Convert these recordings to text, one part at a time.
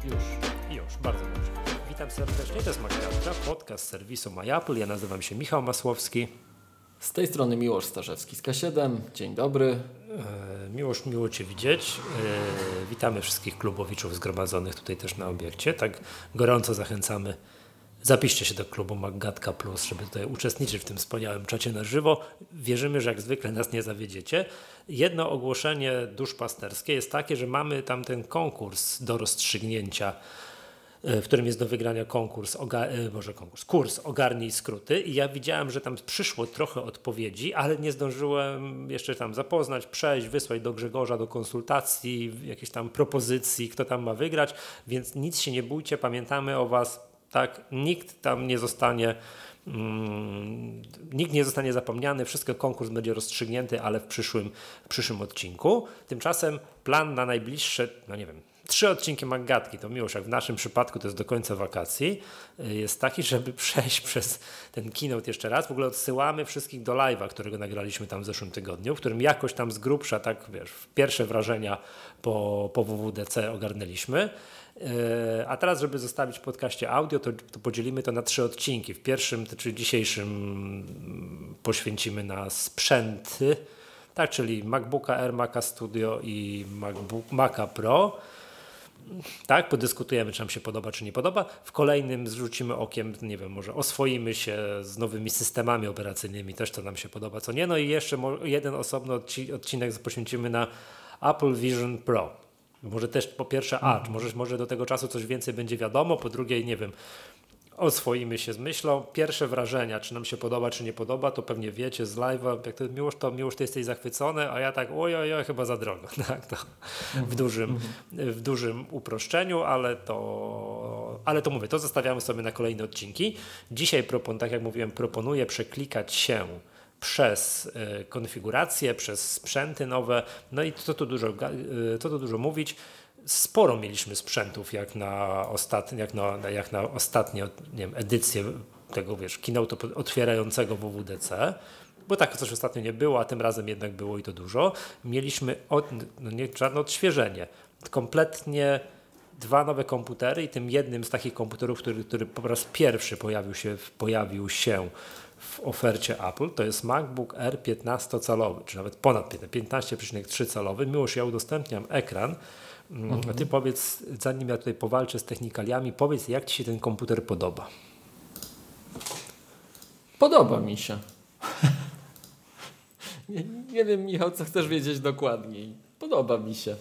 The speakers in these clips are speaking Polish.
Już, bardzo dobrze. Witam serdecznie, to jest Magajatka, podcast serwisu MyApple. Ja nazywam się Michał Masłowski. Z tej strony Miłosz Starzewski z K7. Dzień dobry. Miłosz, miło Cię widzieć. Witamy wszystkich klubowiczów zgromadzonych tutaj też na obiekcie. Tak gorąco zachęcamy. Zapiszcie się do klubu Magatka Plus, żeby tutaj uczestniczyć w tym wspaniałym czacie na żywo. Wierzymy, że jak zwykle nas nie zawiedziecie. Jedno ogłoszenie duszpasterskie jest takie, że mamy tam ten konkurs do rozstrzygnięcia, w którym jest do wygrania kurs Ogarnij Skróty, i ja widziałem, że tam przyszło trochę odpowiedzi, ale nie zdążyłem jeszcze tam zapoznać, przejść, wysłać do Grzegorza, do konsultacji, jakieś tam propozycji, kto tam ma wygrać, więc nic się nie bójcie, pamiętamy o Was, tak, nikt nie zostanie zapomniany, wszystko, konkurs będzie rozstrzygnięty, ale w przyszłym odcinku. Tymczasem plan na najbliższe, 3 odcinki Magatki, to miłość, jak w naszym przypadku to jest do końca wakacji, jest taki, żeby przejść przez ten keynote jeszcze raz. W ogóle odsyłamy wszystkich do live'a, którego nagraliśmy tam w zeszłym tygodniu, w którym jakoś tam z grubsza, tak wiesz, pierwsze wrażenia po WWDC ogarnęliśmy. A teraz, żeby zostawić w podcaście audio, to podzielimy to na 3 odcinki. W pierwszym, czyli dzisiejszym, poświęcimy na sprzęty, tak, czyli MacBooka Air, Maca Studio i Maca Pro. Tak, podyskutujemy, czy nam się podoba, czy nie podoba. W kolejnym zrzucimy okiem, może oswoimy się z nowymi systemami operacyjnymi, też co nam się podoba, co nie. No i jeszcze jeden osobny odcinek poświęcimy na Apple Vision Pro. Może też po pierwsze, może do tego czasu coś więcej będzie wiadomo, po drugie, oswoimy się z myślą. Pierwsze wrażenia, czy nam się podoba, czy nie podoba, to pewnie wiecie z live'a, jak to Miłosz, ty jesteś zachwycony, a ja tak oj, chyba za drogo. Tak, to w dużym uproszczeniu, ale to mówię, to zostawiamy sobie na kolejne odcinki. Dzisiaj, tak jak mówiłem, proponuję przeklikać się przez konfigurację, przez sprzęty nowe, no i co tu dużo mówić. Sporo mieliśmy sprzętów jak na ostatnie edycje tego, keynote otwierającego WWDC, bo tak coś ostatnio nie było, a tym razem jednak było i to dużo. Mieliśmy żadne odświeżenie, kompletnie 2 nowe komputery i tym jednym z takich komputerów, który po raz pierwszy pojawił się w ofercie Apple, to jest MacBook Air 15-calowy, czy nawet ponad 15,3-calowy. Miłosz, ja udostępniam ekran. A ty powiedz, zanim ja tutaj powalczę z technikaliami, powiedz, jak ci się ten komputer podoba? Podoba mi się. Nie wiem, Michał, co chcesz wiedzieć dokładniej. Podoba mi się.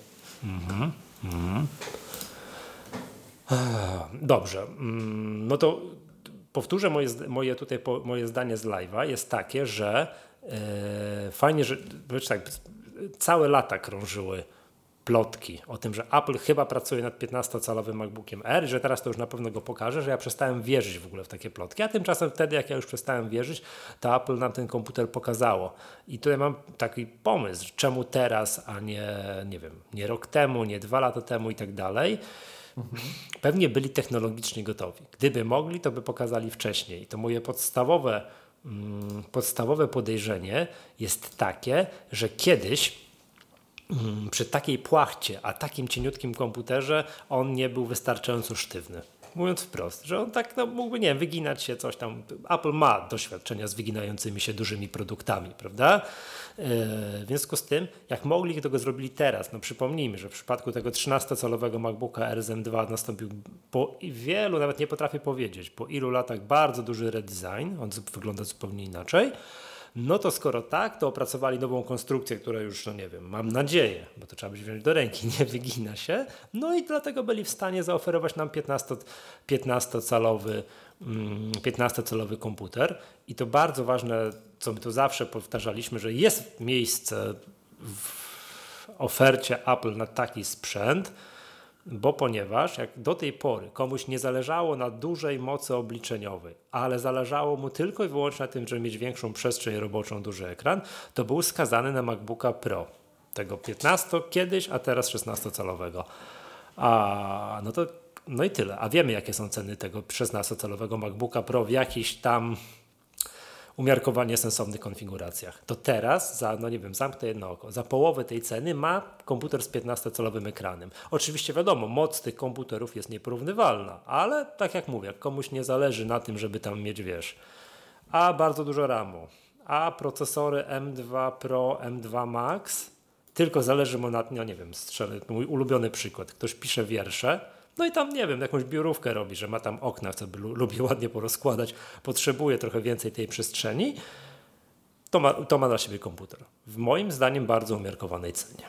Dobrze. No to powtórzę moje zdanie z live'a. Jest takie, że fajnie, że tak, całe lata krążyły plotki o tym, że Apple chyba pracuje nad 15-calowym MacBookiem Air, że teraz to już na pewno go pokaże, że ja przestałem wierzyć w ogóle w takie plotki, a tymczasem wtedy, jak ja już przestałem wierzyć, to Apple nam ten komputer pokazało. I tutaj mam taki pomysł, czemu teraz, a nie rok temu, nie 2 lata temu i tak dalej. Pewnie byli technologicznie gotowi. Gdyby mogli, to by pokazali wcześniej. To moje podstawowe podejrzenie jest takie, że kiedyś przy takiej płachcie, a takim cieniutkim komputerze on nie był wystarczająco sztywny. Mówiąc wprost, że on tak mógłby, wyginać się coś tam. Apple ma doświadczenia z wyginającymi się dużymi produktami, prawda? W związku z tym, jak mogli, to go zrobili teraz. Przypomnijmy, że w przypadku tego 13-calowego MacBooka Air z M2 nastąpił po wielu, nawet nie potrafię powiedzieć, po ilu latach bardzo duży redesign, on wygląda zupełnie inaczej. No to skoro tak, to opracowali nową konstrukcję, która już, mam nadzieję, bo to trzeba wziąć do ręki, nie wygina się. No i dlatego byli w stanie zaoferować nam 15-calowy komputer. I to bardzo ważne, co my tu zawsze powtarzaliśmy, że jest miejsce w ofercie Apple na taki sprzęt, bo ponieważ jak do tej pory komuś nie zależało na dużej mocy obliczeniowej, ale zależało mu tylko i wyłącznie na tym, żeby mieć większą przestrzeń roboczą, duży ekran, to był skazany na MacBooka Pro. Tego 15 kiedyś, a teraz 16-calowego. No i tyle. A wiemy, jakie są ceny tego 16-calowego MacBooka Pro w jakichś tam umiarkowanie sensownych konfiguracjach. To teraz za, no nie wiem, zamknę jedno oko, za połowę tej ceny ma komputer z 15-calowym ekranem. Oczywiście wiadomo, moc tych komputerów jest nieporównywalna, ale tak jak mówię, jak komuś nie zależy na tym, żeby tam mieć, wiesz, a bardzo dużo RAMu, a procesory M2 Pro, M2 Max, tylko zależy mu na, no nie wiem, strzelę, mój ulubiony przykład, ktoś pisze wiersze, no i tam, nie wiem, jakąś biurówkę robi, że ma tam okna, co by lubi ładnie porozkładać, potrzebuje trochę więcej tej przestrzeni, to ma dla siebie komputer. W moim zdaniem bardzo umiarkowanej cenie.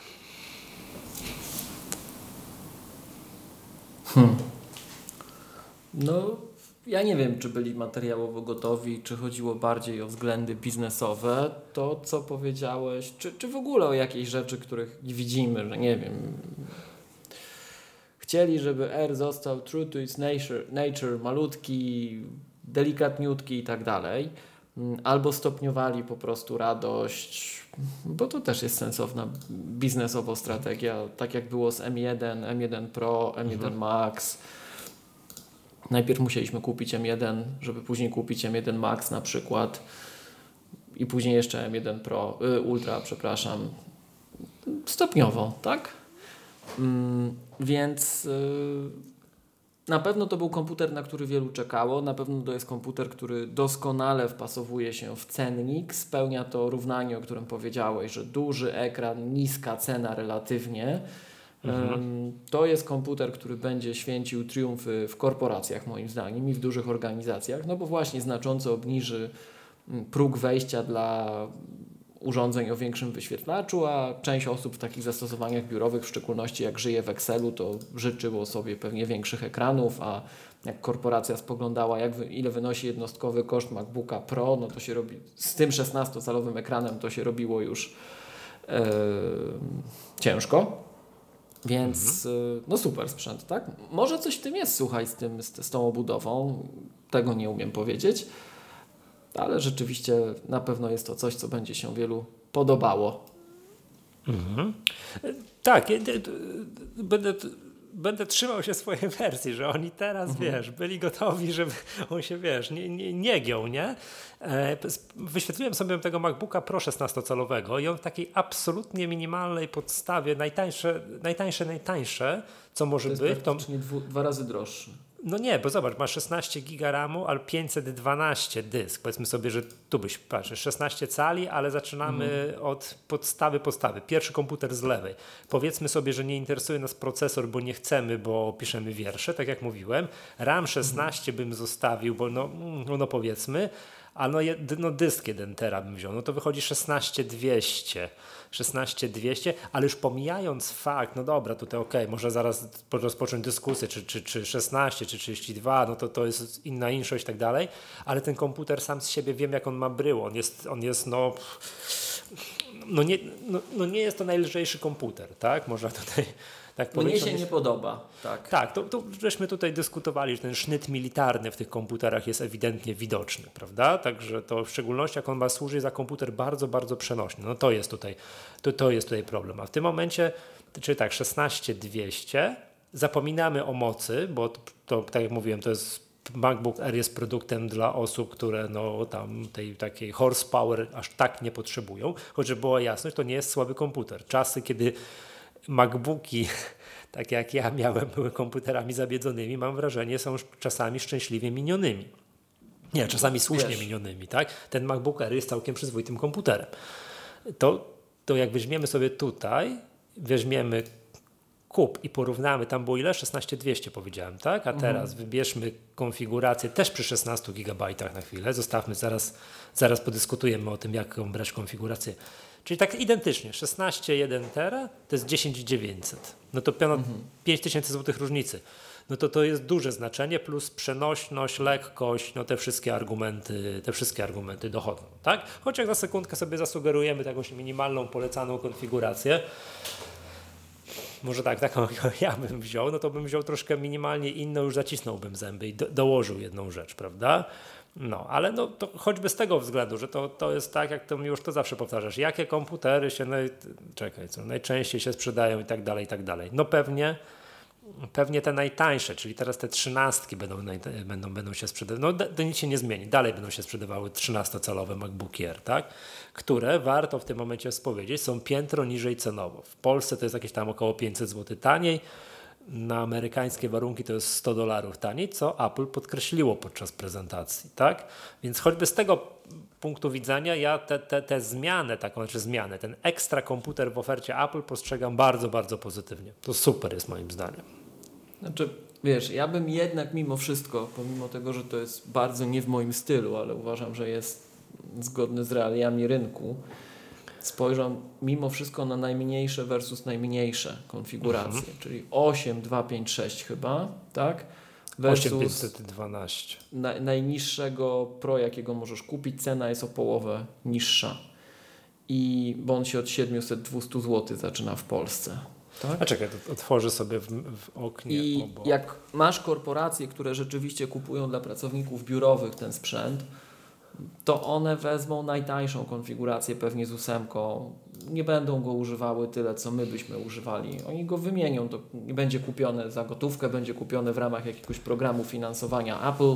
No, ja nie wiem, czy byli materiałowo gotowi, czy chodziło bardziej o względy biznesowe. To, co powiedziałeś, czy w ogóle o jakiejś rzeczy, których nie widzimy, że nie wiem. Chcieli, żeby R został true to its nature malutki, delikatniutki i tak dalej. Albo stopniowali po prostu radość, bo to też jest sensowna biznesowo strategia, tak jak było z M1, M1 Pro, M1 Max. Najpierw musieliśmy kupić M1, żeby później kupić M1 Max na przykład i później jeszcze M1 Pro, Ultra, przepraszam. Stopniowo, tak? Więc na pewno to był komputer, na który wielu czekało. Na pewno to jest komputer, który doskonale wpasowuje się w cennik. Spełnia to równanie, o którym powiedziałeś, że duży ekran, niska cena relatywnie. To jest komputer, który będzie święcił triumfy w korporacjach moim zdaniem i w dużych organizacjach, no bo właśnie znacząco obniży próg wejścia dla urządzeń o większym wyświetlaczu, a część osób w takich zastosowaniach biurowych, w szczególności jak żyje w Excelu, to życzyło sobie pewnie większych ekranów, a jak korporacja spoglądała, ile wynosi jednostkowy koszt MacBooka Pro, no to się robi z tym 16-calowym ekranem to się robiło już ciężko. Więc no super sprzęt, tak? Może coś w tym jest, słuchaj, z tą obudową. Tego nie umiem powiedzieć. Ale rzeczywiście na pewno jest to coś, co będzie się wielu podobało. Tak, będę trzymał się swojej wersji, że oni teraz, wiesz, byli gotowi, żeby on się, wiesz, nie giął, nie? Wyświetliłem sobie tego MacBooka Pro 16-calowego i on w takiej absolutnie minimalnej podstawie, najtańsze, co może być. To jest praktycznie 2 razy droższy. No nie, bo zobacz, masz 16 giga RAMu, ale 512 dysk. Powiedzmy sobie, że tu byś patrzył, 16 cali, ale zaczynamy od podstawy. Pierwszy komputer z lewej. Powiedzmy sobie, że nie interesuje nas procesor, bo nie chcemy, bo piszemy wiersze, tak jak mówiłem. RAM 16 bym zostawił, bo no powiedzmy, a no dysk 1 tera bym wziął, no to wychodzi 16200, ale już pomijając fakt, no dobra, tutaj może zaraz rozpocząć dyskusję, czy 16, czy 32, no to jest inna inszość i tak dalej, ale ten komputer sam z siebie, wiem jak on ma bryło, on jest nie jest to najlżejszy komputer, tak? Można tutaj tak powiedzieć. Mnie się nie podoba. Tak, to żeśmy tutaj dyskutowali, że ten sznyt militarny w tych komputerach jest ewidentnie widoczny, prawda? Także to w szczególności jak on ma służyć za komputer bardzo, bardzo przenośny. No to jest tutaj problem. A w tym momencie, czyli tak, 16200, zapominamy o mocy, bo to tak jak mówiłem, to jest MacBook Air jest produktem dla osób, które tam tej takiej horsepower aż tak nie potrzebują. Choć żeby była jasność, to nie jest słaby komputer. Czasy, kiedy MacBooki, tak jak ja miałem, były komputerami zabiedzonymi, mam wrażenie, są czasami szczęśliwie minionymi. Nie, czasami słusznie minionymi, tak? Ten MacBook Air jest całkiem przyzwoitym komputerem. To jak weźmiemy sobie tutaj, weźmiemy kup i porównamy, tam było ile? 16200 powiedziałem, tak? A teraz wybierzmy konfigurację też przy 16 GB na chwilę. Zostawmy, zaraz podyskutujemy o tym, jaką brać konfigurację. Czyli tak identycznie, 16,1 tera to jest 10,900. No to ponad 5000 zł różnicy. No to jest duże znaczenie, plus przenośność, lekkość, no te wszystkie argumenty dochodzą, tak? Choć jak za sekundkę sobie zasugerujemy taką minimalną, polecaną konfigurację, może taką ja bym wziął, no to bym wziął troszkę minimalnie inną, już zacisnąłbym zęby i dołożył jedną rzecz, prawda? No, ale to choćby z tego względu, że to jest tak, jak to już to zawsze powtarzasz, jakie komputery się najczęściej się sprzedają i tak dalej. No pewnie pewnie te najtańsze, czyli teraz te 13 będą się sprzedawały, no to nic się nie zmieni, dalej będą się sprzedawały 13-calowe MacBook Air, tak? Które, warto w tym momencie powiedzieć, są piętro niżej cenowo. W Polsce to jest jakieś tam około 500 zł taniej, na amerykańskie warunki to jest $100 taniej, co Apple podkreśliło podczas prezentacji, tak? Więc choćby z tego punktu widzenia ja te zmianę, ten ekstra komputer w ofercie Apple postrzegam bardzo, bardzo pozytywnie. To super jest moim zdaniem. Znaczy, wiesz, ja bym jednak mimo wszystko, pomimo tego, że to jest bardzo nie w moim stylu, ale uważam, że jest zgodny z realiami rynku, spojrzał mimo wszystko na najmniejsze versus najmniejsze konfiguracje, czyli 8, 2, 5, 6 chyba, tak? Versus 8512. Najniższego Pro, jakiego możesz kupić, cena jest o połowę niższa. Bo on się od 700-200 zł zaczyna w Polsce. Tak? A czekaj, to otworzę sobie w oknie I obok. jak masz korporacje, które rzeczywiście kupują dla pracowników biurowych ten sprzęt, to one wezmą najtańszą konfigurację pewnie z 8. Nie będą go używały tyle, co my byśmy używali. Oni go wymienią, to nie będzie kupione za gotówkę, będzie kupione w ramach jakiegoś programu finansowania Apple,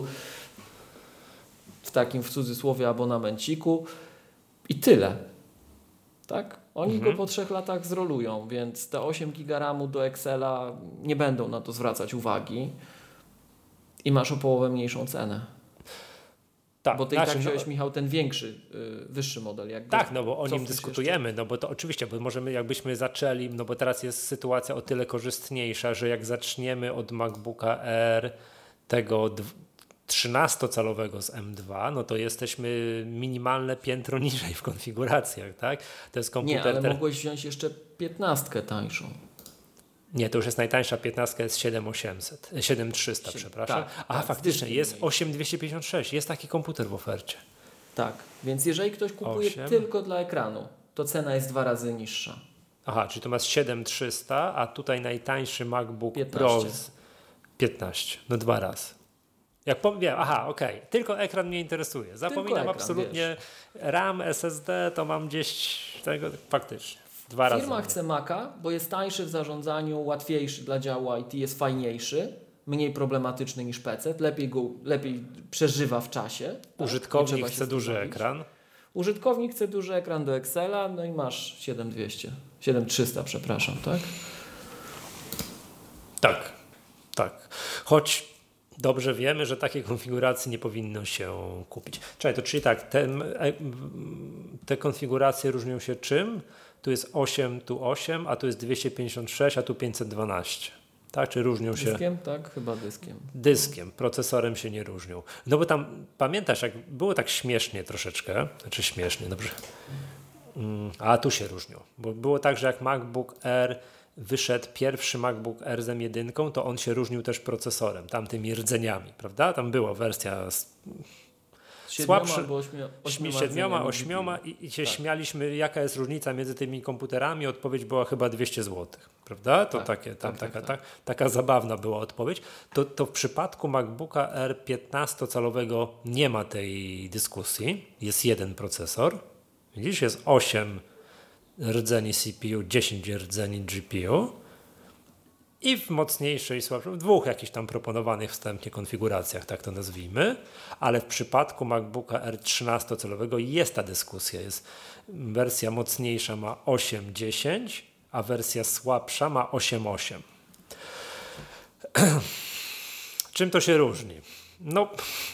w takim w cudzysłowie abonamenciku i tyle. Tak? Oni go po 3 latach zrolują, więc te 8 GB RAMu do Excela nie będą na to zwracać uwagi i masz o połowę mniejszą cenę. Tak, bo ty i tak wziąłeś, Michał, ten większy, wyższy model. Tak, no bo o nim dyskutujemy, jeszcze? No bo to oczywiście, bo możemy jakbyśmy zaczęli, no bo teraz jest sytuacja o tyle korzystniejsza, że jak zaczniemy od MacBooka Air tego 13-calowego z M2, no to jesteśmy minimalne piętro niżej w konfiguracjach, tak? To jest komputer... Nie, ale mogłeś wziąć jeszcze 15 tańszą. Nie, to już jest najtańsza 15, jest 7300, przepraszam. Tak, faktycznie, jest 8256, jest taki komputer w ofercie. Tak, więc jeżeli ktoś kupuje tylko dla ekranu, to cena jest 2 razy niższa. Aha, czyli to masz 7300, a tutaj najtańszy MacBook Pro 15, no 2 razy. Jak powiem, tylko ekran mnie interesuje. Zapominam ekran, absolutnie, wiesz. RAM, SSD to mam gdzieś tego faktycznie. 2 razy. Firma chce Maca, bo jest tańszy w zarządzaniu, łatwiejszy dla działu IT, jest fajniejszy, mniej problematyczny niż PC, lepiej przeżywa w czasie. Użytkownik chce duży ekran. Użytkownik chce duży ekran do Excela, no i masz 7300, przepraszam, tak? Tak. Choć dobrze wiemy, że takie konfiguracje nie powinno się kupić. Czyli tak, te konfiguracje różnią się czym? Tu jest 8, tu 8, a tu jest 256, a tu 512. Tak? Czy różnią się? Dyskiem? Tak, chyba dyskiem. Dyskiem, procesorem się nie różnią. No bo tam, pamiętasz, jak było tak śmiesznie troszeczkę, dobrze. A tu się różnią, bo było tak, że jak MacBook Air wyszedł pierwszy MacBook Air z M1, to on się różnił też procesorem, tamtymi rdzeniami, prawda? Tam była wersja słabszy, 7, 8 i się śmialiśmy, jaka jest różnica między tymi komputerami. Odpowiedź była chyba 200 zł, prawda? To taka zabawna była odpowiedź. To w przypadku MacBooka Air 15-calowego nie ma tej dyskusji. Jest jeden procesor. Widzisz, jest 8 rdzeni CPU, 10 rdzeni GPU. I w mocniejszej, słabszej, w 2 jakichś tam proponowanych wstępnie konfiguracjach, tak to nazwijmy, ale w przypadku MacBooka R 13-calowego jest ta dyskusja. Wersja mocniejsza ma 8.10, a wersja słabsza ma 8.8. Czym to się różni? No,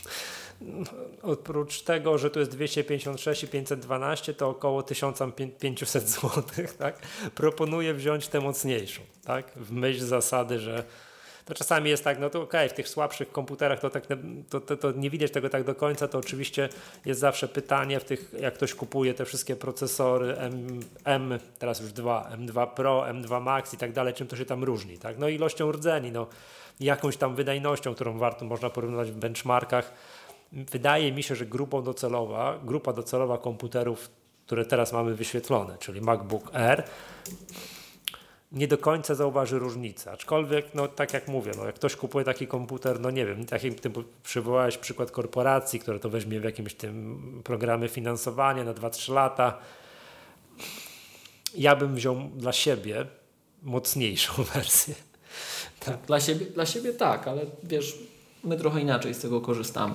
oprócz tego, że tu jest 256 i 512, to około 1500 zł, tak? Proponuję wziąć tę mocniejszą, tak? W myśl zasady, że to czasami jest tak, no to w tych słabszych komputerach to nie widać tego tak do końca, to oczywiście jest zawsze pytanie, jak ktoś kupuje te wszystkie procesory teraz już M2 Pro, M2 Max i tak dalej, czym to się tam różni, tak? No ilością rdzeni, jakąś tam wydajnością, którą można porównywać w benchmarkach. Wydaje mi się, że grupa docelowa komputerów, które teraz mamy wyświetlone, czyli MacBook Air, nie do końca zauważy różnicę. Aczkolwiek, tak jak mówię, jak ktoś kupuje taki komputer, nie wiem, tak jak ty przywołałeś przykład korporacji, które to weźmie w jakimś tym programie finansowania na 2-3 lata, ja bym wziął dla siebie mocniejszą wersję. Tak. Dla siebie tak, ale wiesz, my trochę inaczej z tego korzystamy.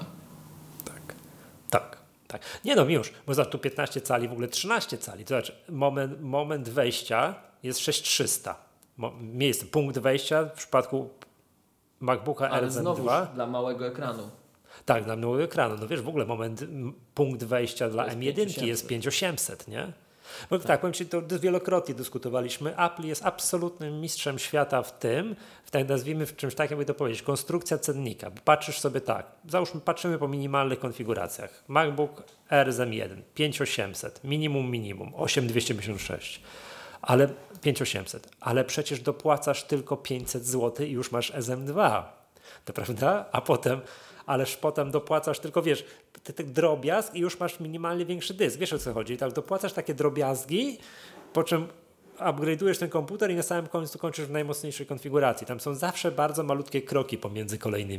Tak. Nie no, już, bo za tu 15 cali, w ogóle 13 cali. To znaczy, moment wejścia jest 6300. Miejsce, punkt wejścia w przypadku MacBooka Ale R z znowu M2. dla małego ekranu. Tak, dla małego ekranu. No wiesz, w ogóle punkt wejścia dla jest M1 5800. jest 5800, nie? Bo tak, powiem Ci, to wielokrotnie dyskutowaliśmy. Apple jest absolutnym mistrzem świata w tym, tak nazwijmy w czymś tak, jakby to powiedzieć, konstrukcja cennika. Patrzysz sobie tak, załóżmy, patrzymy po minimalnych konfiguracjach. MacBook R z M1, 5800, minimum, 8256, ale 5800, ale przecież dopłacasz tylko 500 zł i już masz SM2, to prawda? Ależ potem dopłacasz tylko, wiesz, ty drobiazg i już masz minimalnie większy dysk. Wiesz, o co chodzi? Tak, dopłacasz takie drobiazgi, po czym upgrade'ujesz ten komputer i na samym końcu kończysz w najmocniejszej konfiguracji. Tam są zawsze bardzo malutkie kroki pomiędzy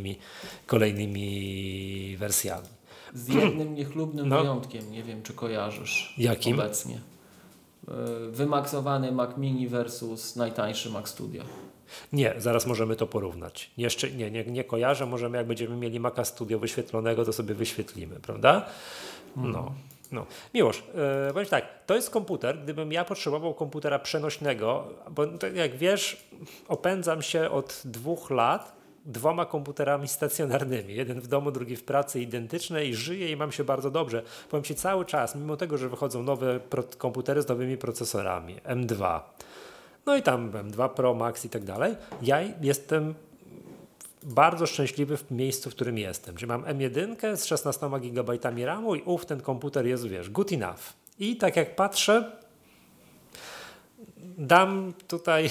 kolejnymi wersjami. Z jednym niechlubnym wyjątkiem, nie wiem czy kojarzysz. Jakim? Obecnie. Wymaksowany Mac Mini versus najtańszy Mac Studio. Nie, zaraz możemy to porównać. Jeszcze nie kojarzę, możemy jak będziemy mieli Maca Studio wyświetlonego, to sobie wyświetlimy, prawda? No. Miłosz, powiem tak, to jest komputer, gdybym ja potrzebował komputera przenośnego, bo jak wiesz, opędzam się od 2 lat 2 komputerami stacjonarnymi. Jeden w domu, drugi w pracy, identyczne i żyję i mam się bardzo dobrze. Powiem Ci cały czas, mimo tego, że wychodzą nowe komputery z nowymi procesorami, M2, no i tam M2 Pro, Max i tak dalej, ja jestem bardzo szczęśliwy w miejscu, w którym jestem. Gdzie mam M1 z 16 GB RAMu i ten komputer jest, wiesz, good enough. I tak jak patrzę, dam tutaj,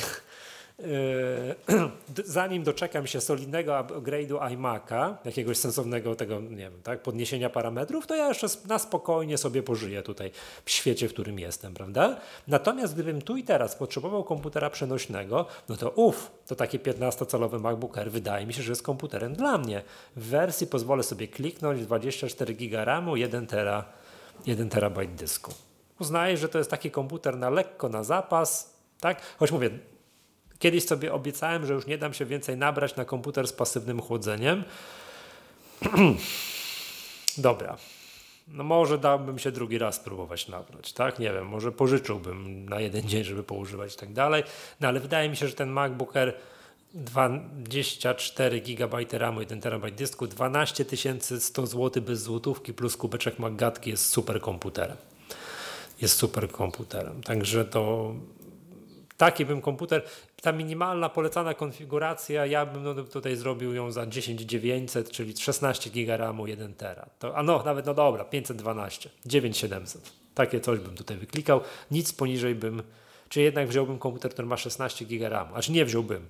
zanim doczekam się solidnego upgrade'u iMac'a, jakiegoś sensownego tego, nie wiem, tak, podniesienia parametrów, to ja jeszcze na spokojnie sobie pożyję tutaj w świecie, w którym jestem, prawda? Natomiast gdybym tu i teraz potrzebował komputera przenośnego, no to taki 15-calowy MacBook Air wydaje mi się, że jest komputerem dla mnie. W wersji pozwolę sobie kliknąć 24 GB RAMu, 1 terabajt dysku. Uznaję, że to jest taki komputer na lekko, na zapas, tak? Choć mówię, kiedyś sobie obiecałem, że już nie dam się więcej nabrać na komputer z pasywnym chłodzeniem. Dobra. No może dałbym się drugi raz spróbować nabrać, tak? Nie wiem, może pożyczyłbym na jeden dzień, żeby poużywać i tak dalej. No ale wydaje mi się, że ten MacBook Air 24 GB RAMu, 1 terabajt dysku, 12 100 zł bez złotówki plus kubeczek MacGatki jest super komputerem. Także to taki bym komputer, ta minimalna polecana konfiguracja, ja bym tutaj zrobił ją za 10900, czyli 16 GB RAMu, 1 tera. Nawet dobra, 512, 9700. Takie coś bym tutaj wyklikał. Nic poniżej czy jednak wziąłbym komputer, który ma 16 GB RAMu. Aż nie wziąłbym.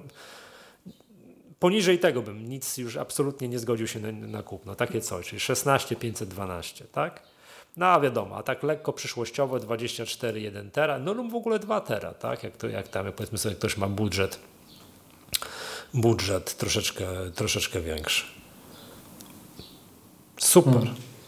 Poniżej tego bym nic już absolutnie nie zgodził się na kupno. Takie coś, czyli 16 512, tak? No a wiadomo, a tak lekko przyszłościowo 24, 1 tera, no lub w ogóle 2 tera, tak? Jak powiedzmy sobie, ktoś ma budżet troszeczkę większy. Super.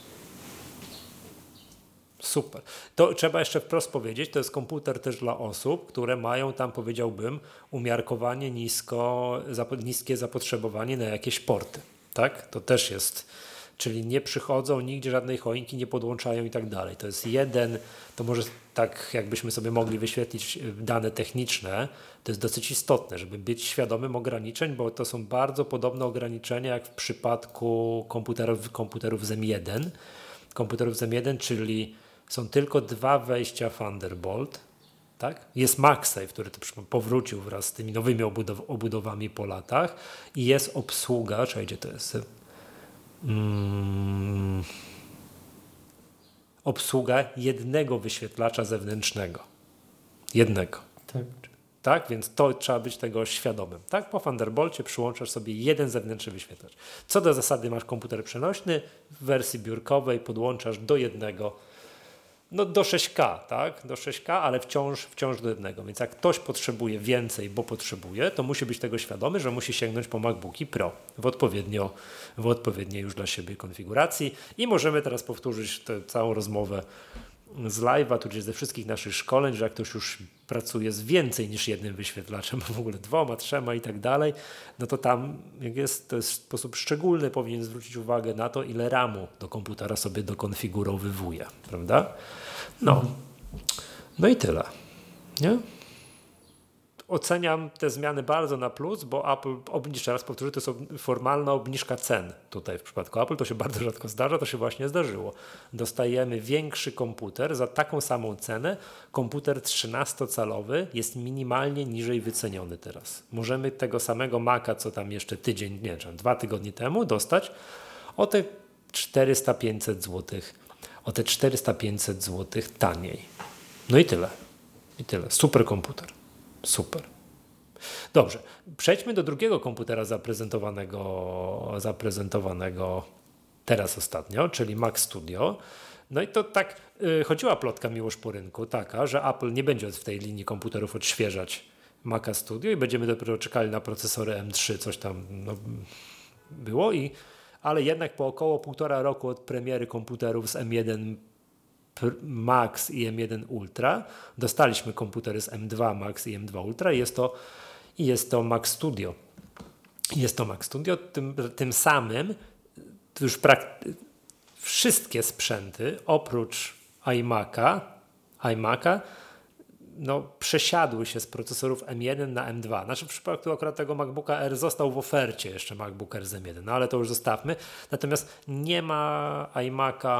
To trzeba jeszcze wprost powiedzieć, to jest komputer też dla osób, które mają tam, powiedziałbym, umiarkowanie niskie zapotrzebowanie na jakieś porty, tak? To też jest, czyli nie przychodzą nigdzie żadnej choinki, nie podłączają i tak dalej. To jest to może tak jakbyśmy sobie mogli wyświetlić dane techniczne, to jest dosyć istotne, żeby być świadomym ograniczeń, bo to są bardzo podobne ograniczenia jak w przypadku komputerów z M1. Komputerów z M1, czyli są tylko 2 wejścia Thunderbolt, tak? Jest MagSafe, który powrócił wraz z tymi nowymi obudowami po latach i jest obsługa, gdzie to jest? Obsługa jednego wyświetlacza zewnętrznego. Jednego. Tak, więc to trzeba być tego świadomym. Tak, po Thunderbolcie przyłączasz sobie jeden zewnętrzny wyświetlacz. Co do zasady masz komputer przenośny, w wersji biurkowej podłączasz do jednego, do 6K, tak? Do 6K, ale wciąż do jednego. Więc jak ktoś potrzebuje więcej, bo potrzebuje, to musi być tego świadomy, że musi sięgnąć po MacBooki Pro w odpowiedniej już dla siebie konfiguracji. I możemy teraz powtórzyć tę całą rozmowę z live'a, tudzież ze wszystkich naszych szkoleń, że jak ktoś już pracuje z więcej niż jednym wyświetlaczem, w ogóle 2, 3 i tak dalej, no to tam jak jest, to jest w sposób szczególny powinien zwrócić uwagę na to, ile RAMu do komputera sobie dokonfigurowywuje, prawda? No i tyle, nie? Oceniam te zmiany bardzo na plus, bo Apple, jeszcze raz powtórzę, to jest formalna obniżka cen. Tutaj w przypadku Apple to się bardzo rzadko zdarza, to się właśnie zdarzyło. Dostajemy większy komputer za taką samą cenę. Komputer 13-calowy jest minimalnie niżej wyceniony teraz. Możemy tego samego Maca, co tam jeszcze tydzień, nie wiem, 2 tygodnie temu dostać o te 400-500 zł. O te 400-500 zł taniej. No i tyle. I tyle. Super komputer. Super. Dobrze, przejdźmy do drugiego komputera zaprezentowanego teraz ostatnio, czyli Mac Studio. No i to tak chodziła plotka miłość po rynku, taka, że Apple nie będzie w tej linii komputerów odświeżać Maca Studio i będziemy dopiero czekali na procesory M3, coś tam było, ale jednak po około 1,5 roku od premiery komputerów z M1 Max i M1 Ultra dostaliśmy komputery z M2 Max i M2 Ultra i jest to Mac Studio. Jest to Mac Studio, tym samym już wszystkie sprzęty oprócz iMac'a przesiadły się z procesorów M1 na M2. Znaczy w przypadku akurat tego MacBooka Air został w ofercie jeszcze MacBook Air z M1, no ale to już zostawmy. Natomiast nie ma iMac'a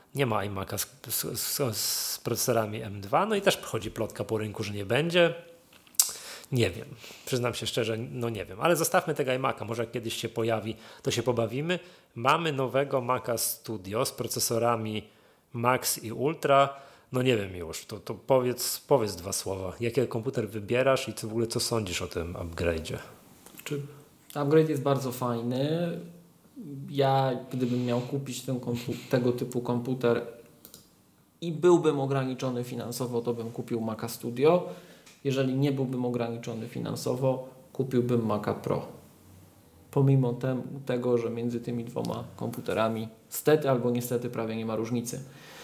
z procesorami M2, no i też chodzi plotka po rynku, że nie będzie. Nie wiem, przyznam się szczerze, nie wiem, ale zostawmy tego iMac'a, może jak kiedyś się pojawi, to się pobawimy. Mamy nowego Maca Studio z procesorami Max i Ultra, no nie wiem już, to powiedz 2 słowa, jaki komputer wybierasz i w ogóle co sądzisz o tym upgrade'zie? Upgrade jest bardzo fajny. Ja, gdybym miał kupić tego typu komputer i byłbym ograniczony finansowo, to bym kupił Maca Studio. Jeżeli nie byłbym ograniczony finansowo, kupiłbym Maca Pro. Pomimo tego, że między tymi 2 komputerami stety albo niestety prawie nie ma różnicy.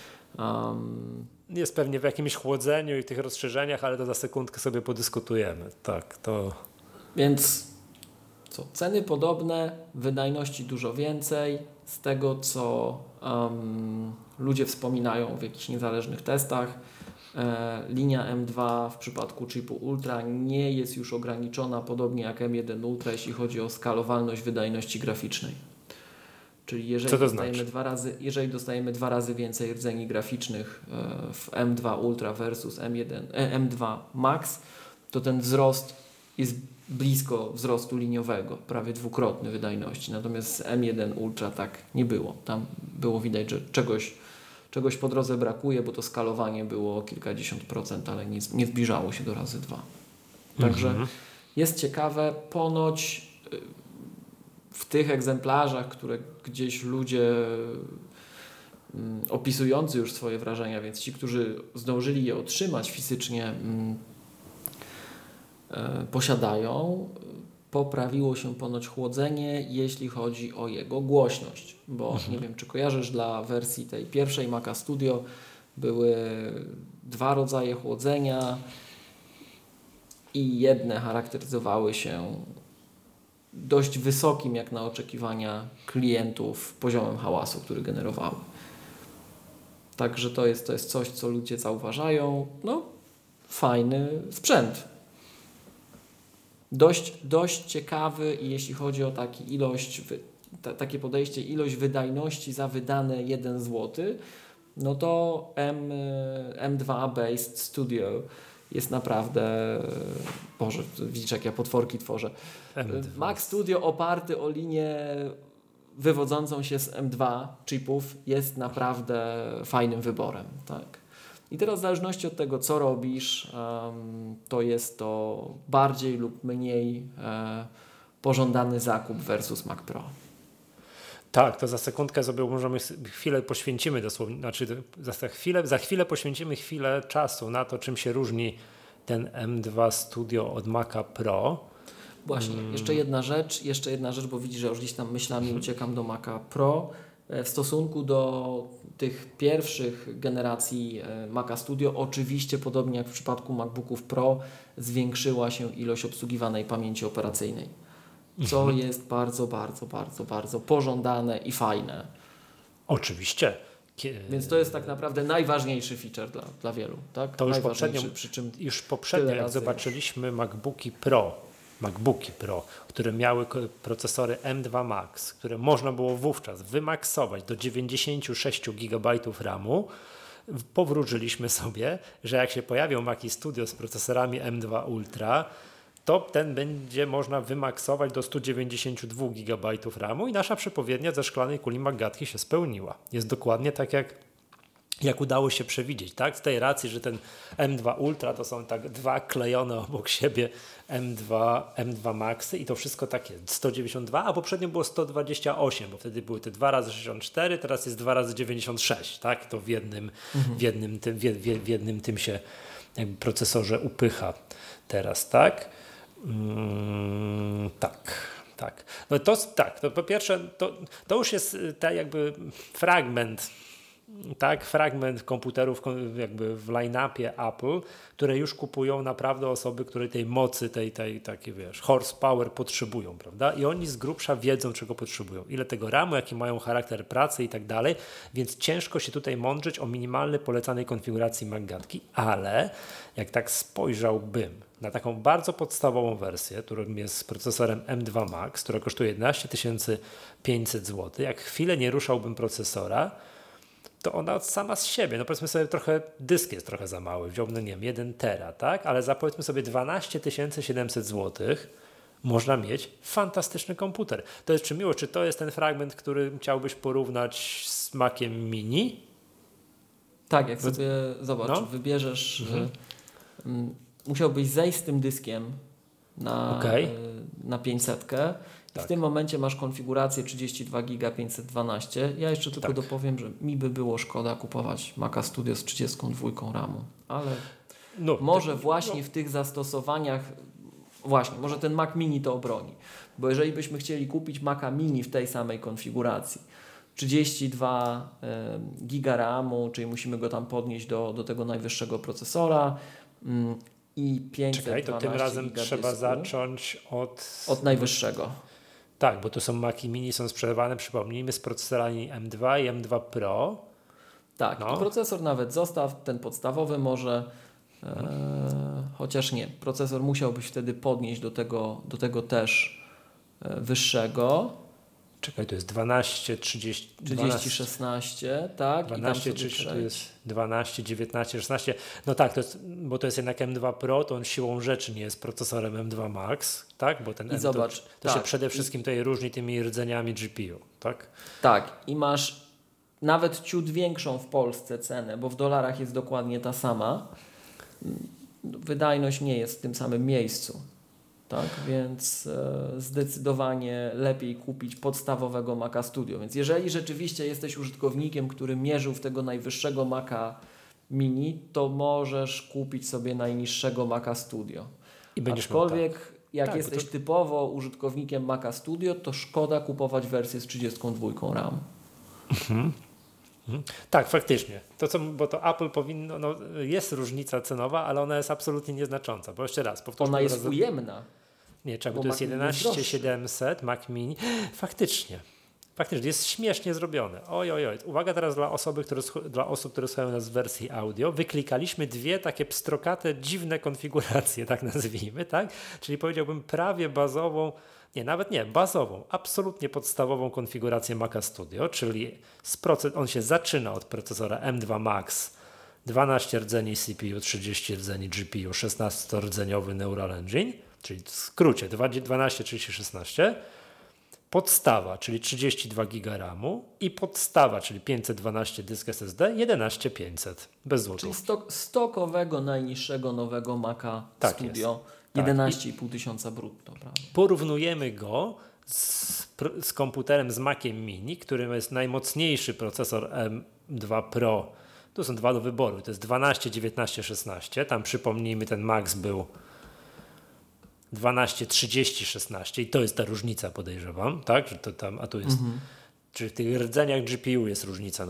Jest pewnie w jakimś chłodzeniu i tych rozszerzeniach, ale to za sekundkę sobie podyskutujemy. Tak, to... Więc ceny podobne, wydajności dużo więcej. Z tego, co ludzie wspominają w jakichś niezależnych testach, linia M2 w przypadku chipu Ultra nie jest już ograniczona, podobnie jak M1 Ultra, jeśli chodzi o skalowalność wydajności graficznej. Czyli jeżeli dostajemy 2 razy więcej rdzeni graficznych w M2 Ultra versus M2 Max, to ten wzrost jest blisko wzrostu liniowego, prawie 2-krotny wydajności. Natomiast z M1 Ultra tak nie było. Tam było widać, że czegoś po drodze brakuje, bo to skalowanie było o kilkadziesiąt procent, ale nie zbliżało się do razy 2. Także jest ciekawe. Ponoć w tych egzemplarzach, które gdzieś ludzie opisujący już swoje wrażenia, więc ci, którzy zdążyli je otrzymać fizycznie, posiadają, poprawiło się ponoć chłodzenie, jeśli chodzi o jego głośność, bo nie wiem, czy kojarzysz, dla wersji tej pierwszej Maca Studio były 2 rodzaje chłodzenia i jedne charakteryzowały się dość wysokim, jak na oczekiwania klientów, poziomem hałasu, który generowały. Także to jest coś, co ludzie zauważają. Fajny sprzęt. Dość ciekawy i jeśli chodzi o takie podejście, ilość wydajności za wydane 1 zł, no to M2 Based Studio jest naprawdę, Boże, widzisz jak ja potworki tworzę. Mac Studio oparty o linię wywodzącą się z M2 chipów jest naprawdę fajnym wyborem. Tak. I teraz w zależności od tego, co robisz, to jest to bardziej lub mniej pożądany zakup versus Mac Pro. Tak, to za sekundkę sobie możemy chwilę poświęcimy dosłownie, znaczy za chwilę poświęcimy chwilę czasu na to, czym się różni ten M2 Studio od Maca Pro. Właśnie, jeszcze jedna rzecz, bo widzisz, że już gdzieś tam myślami uciekam do Maca Pro. w stosunku do tych pierwszych generacji Maca Studio, oczywiście podobnie jak w przypadku MacBooków Pro, zwiększyła się ilość obsługiwanej pamięci operacyjnej, co jest bardzo, bardzo, bardzo, bardzo pożądane i fajne. Oczywiście. Więc to jest tak naprawdę najważniejszy feature dla wielu. Tak? To już poprzednio jak zobaczyliśmy MacBooki Pro, które miały procesory M2 Max, które można było wówczas wymaksować do 96 GB RAMu, powróżyliśmy sobie, że jak się pojawią Maci Studio z procesorami M2 Ultra, to ten będzie można wymaksować do 192 GB RAMu i nasza przepowiednia ze szklanej kuli Maggatki się spełniła. Jest dokładnie tak, jak udało się przewidzieć, tak? Z tej racji, że ten M2 Ultra to są tak dwa klejone obok siebie M2 Maxy i to wszystko takie 192, a poprzednio było 128, bo wtedy były te 2x64, teraz jest 2x96, tak? To w jednym tym się jakby procesorze upycha teraz, tak? Tak. No to tak, to po pierwsze to już jest tak jakby fragment komputerów jakby w line-upie Apple, które już kupują naprawdę osoby, które tej mocy, tej takie wiesz, horsepower potrzebują, prawda? I oni z grubsza wiedzą, czego potrzebują. Ile tego RAMu, jaki mają charakter pracy i tak dalej, więc ciężko się tutaj mądrzeć o minimalnej polecanej konfiguracji Maggatki, ale jak tak spojrzałbym na taką bardzo podstawową wersję, którą jest procesorem M2 Max, która kosztuje 11 500 zł, jak chwilę nie ruszałbym procesora, to ona sama z siebie, no powiedzmy sobie trochę, dysk jest trochę za mały, wziąłbym, nie wiem, 1 tera, tak? Ale za powiedzmy sobie 12 700 zł można mieć fantastyczny komputer. To jest czy to jest ten fragment, który chciałbyś porównać z Maciem Mini? Tak, jak sobie zobacz, wybierzesz, musiałbyś zejść z tym dyskiem na 500. I w tym momencie masz konfigurację 32 GB 512. Ja jeszcze tylko dopowiem, że mi by było szkoda kupować Maca Studio z 32 RAMu, ale może właśnie w tych zastosowaniach, może ten Mac Mini to obroni, bo jeżeli byśmy chcieli kupić Maca Mini w tej samej konfiguracji, 32 GB RAMu, czyli musimy go tam podnieść do tego najwyższego procesora, i 512 Czekaj, to tym razem giga trzeba dysku, zacząć od najwyższego. Tak, bo tu są Maci Mini, są sprzedawane, przypomnijmy, z procesorami M2 i M2 Pro. Tak, i procesor nawet zostaw, ten podstawowy może, chociaż nie, procesor musiałbyś wtedy podnieść do tego też wyższego. Czekaj, to jest 12, 30, 30, 16, tak? 12, 30, to jest 12, 19, 16. No tak, bo to jest jednak M2 Pro, to on siłą rzeczy nie jest procesorem M2 Max, tak? Bo ten zobacz, to się przede wszystkim tutaj różni tymi rdzeniami GPU, tak? Tak, i masz nawet ciut większą w Polsce cenę, bo w dolarach jest dokładnie ta sama. Wydajność nie jest w tym samym miejscu. Tak, więc zdecydowanie lepiej kupić podstawowego Maca Studio. Więc jeżeli rzeczywiście jesteś użytkownikiem, który mierzył w tego najwyższego Maca Mini, to możesz kupić sobie najniższego Maca Studio. I będziesz Aczkolwiek jak jesteś typowo użytkownikiem Maca Studio, to szkoda kupować wersję z 32 RAM. Tak, faktycznie. Bo to Apple powinno, jest różnica cenowa, ale ona jest absolutnie nieznacząca. Bo jeszcze raz powtórzę. Ona jest ujemna. Nie, czemu? To jest 11 700 Mac Mini. Faktycznie, jest śmiesznie zrobione. Oj. Uwaga teraz dla osób, które słuchają nas w wersji audio. Wyklikaliśmy dwie takie pstrokate, dziwne konfiguracje, tak nazwijmy, tak? Czyli powiedziałbym prawie bazową, bazową, absolutnie podstawową konfigurację Maca Studio, czyli on się zaczyna od procesora M2 Max, 12 rdzeni CPU, 30 rdzeni GPU, 16-rdzeniowy Neural Engine, czyli w skrócie 12, 30, 16, podstawa, czyli 32 GB RAMu i podstawa, czyli 512 dysk SSD, 11 500, bez złotówki. Czyli stokowego, najniższego nowego Maca Studio, 11,5 tysiąca brutto. Prawda? Porównujemy go z komputerem z Maciem Mini, którym jest najmocniejszy procesor M2 Pro. Tu są dwa do wyboru, to jest 12, 19, 16, tam przypomnijmy ten Max był 12, 30, 16 i to jest ta różnica, podejrzewam, tak? Że to tam, a tu jest Czyli w tych rdzeniach GPU jest różnica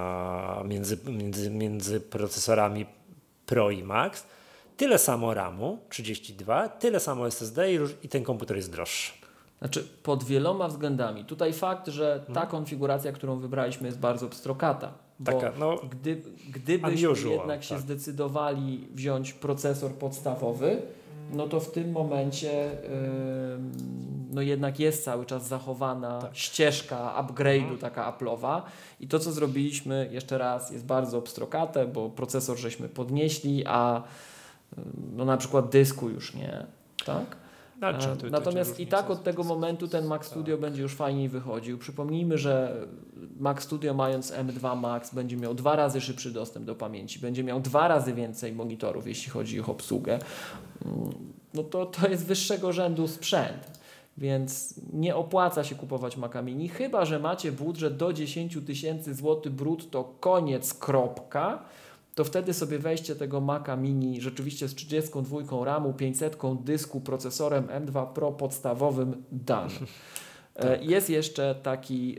między procesorami Pro i Max. Tyle samo RAMu, 32, tyle samo SSD i ten komputer jest droższy. Znaczy pod wieloma względami. Tutaj fakt, że ta konfiguracja, którą wybraliśmy, jest bardzo pstrokata. Bo Taka, no, gdybyśmy unusual, jednak się zdecydowali wziąć procesor podstawowy, no to w tym momencie no jednak jest cały czas zachowana ścieżka upgrade'u taka Apple'owa i to, co zrobiliśmy, jeszcze raz, jest bardzo pstrokate, bo procesor żeśmy podnieśli, a no na przykład dysku już nie, tak? Natomiast i tak od tego momentu ten Mac Studio będzie już fajniej wychodził. Przypomnijmy, że Mac Studio, mając M2 Max, będzie miał 2 razy szybszy dostęp do pamięci, będzie miał 2 razy więcej monitorów, jeśli chodzi o ich obsługę. No to jest wyższego rzędu sprzęt, więc nie opłaca się kupować Maca Mini, chyba że macie budżet do 10 000 złotych brutto, koniec, kropka. To wtedy sobie weźcie tego Maca Mini rzeczywiście z 32 RAMu, 500 dysku, procesorem M2 Pro podstawowym dane. Jest jeszcze taki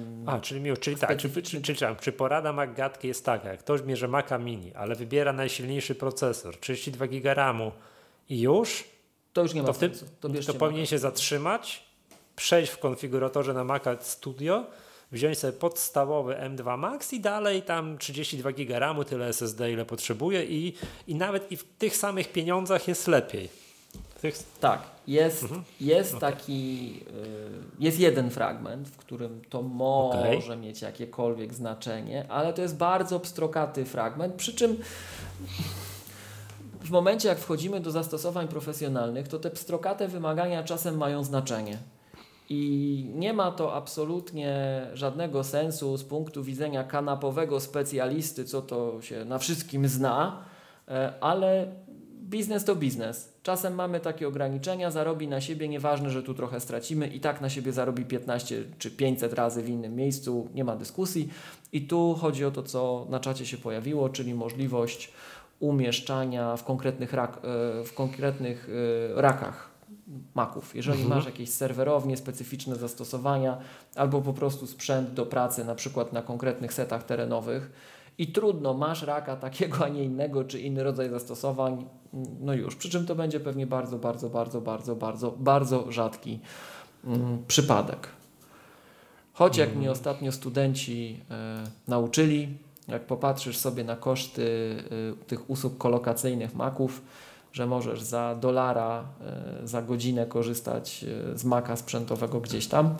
czy porada Maggatki jest taka, jak ktoś bierze Maca Mini, ale wybiera najsilniejszy procesor, 32 GB RAMu i już? To już nie ma sensu. To powinien się zatrzymać, przejść w konfiguratorze na Maca Studio, wziąć sobie podstawowy M2 Max i dalej tam 32 GB RAMu, tyle SSD, ile potrzebuje i nawet i w tych samych pieniądzach jest lepiej. Tak, jest taki, jest jeden fragment, w którym to może mieć jakiekolwiek znaczenie, ale to jest bardzo pstrokaty fragment, przy czym w momencie, jak wchodzimy do zastosowań profesjonalnych, to te pstrokate wymagania czasem mają znaczenie. I nie ma to absolutnie żadnego sensu z punktu widzenia kanapowego specjalisty, co to się na wszystkim zna, ale biznes to biznes. Czasem mamy takie ograniczenia, zarobi na siebie, nieważne, że tu trochę stracimy, i tak na siebie zarobi 15 czy 500 razy w innym miejscu, nie ma dyskusji. I tu chodzi o to, co na czacie się pojawiło, czyli możliwość umieszczania w konkretnych rakach Maców. Jeżeli masz jakieś serwerownie, specyficzne zastosowania albo po prostu sprzęt do pracy, na przykład na konkretnych setach terenowych i trudno, masz raka takiego, a nie innego, czy inny rodzaj zastosowań, no już. Przy czym to będzie pewnie bardzo rzadki przypadek. Choć jak mnie ostatnio studenci nauczyli, jak popatrzysz sobie na koszty tych usług kolokacyjnych Maców, że możesz za $1 za godzinę korzystać z Maca sprzętowego gdzieś tam.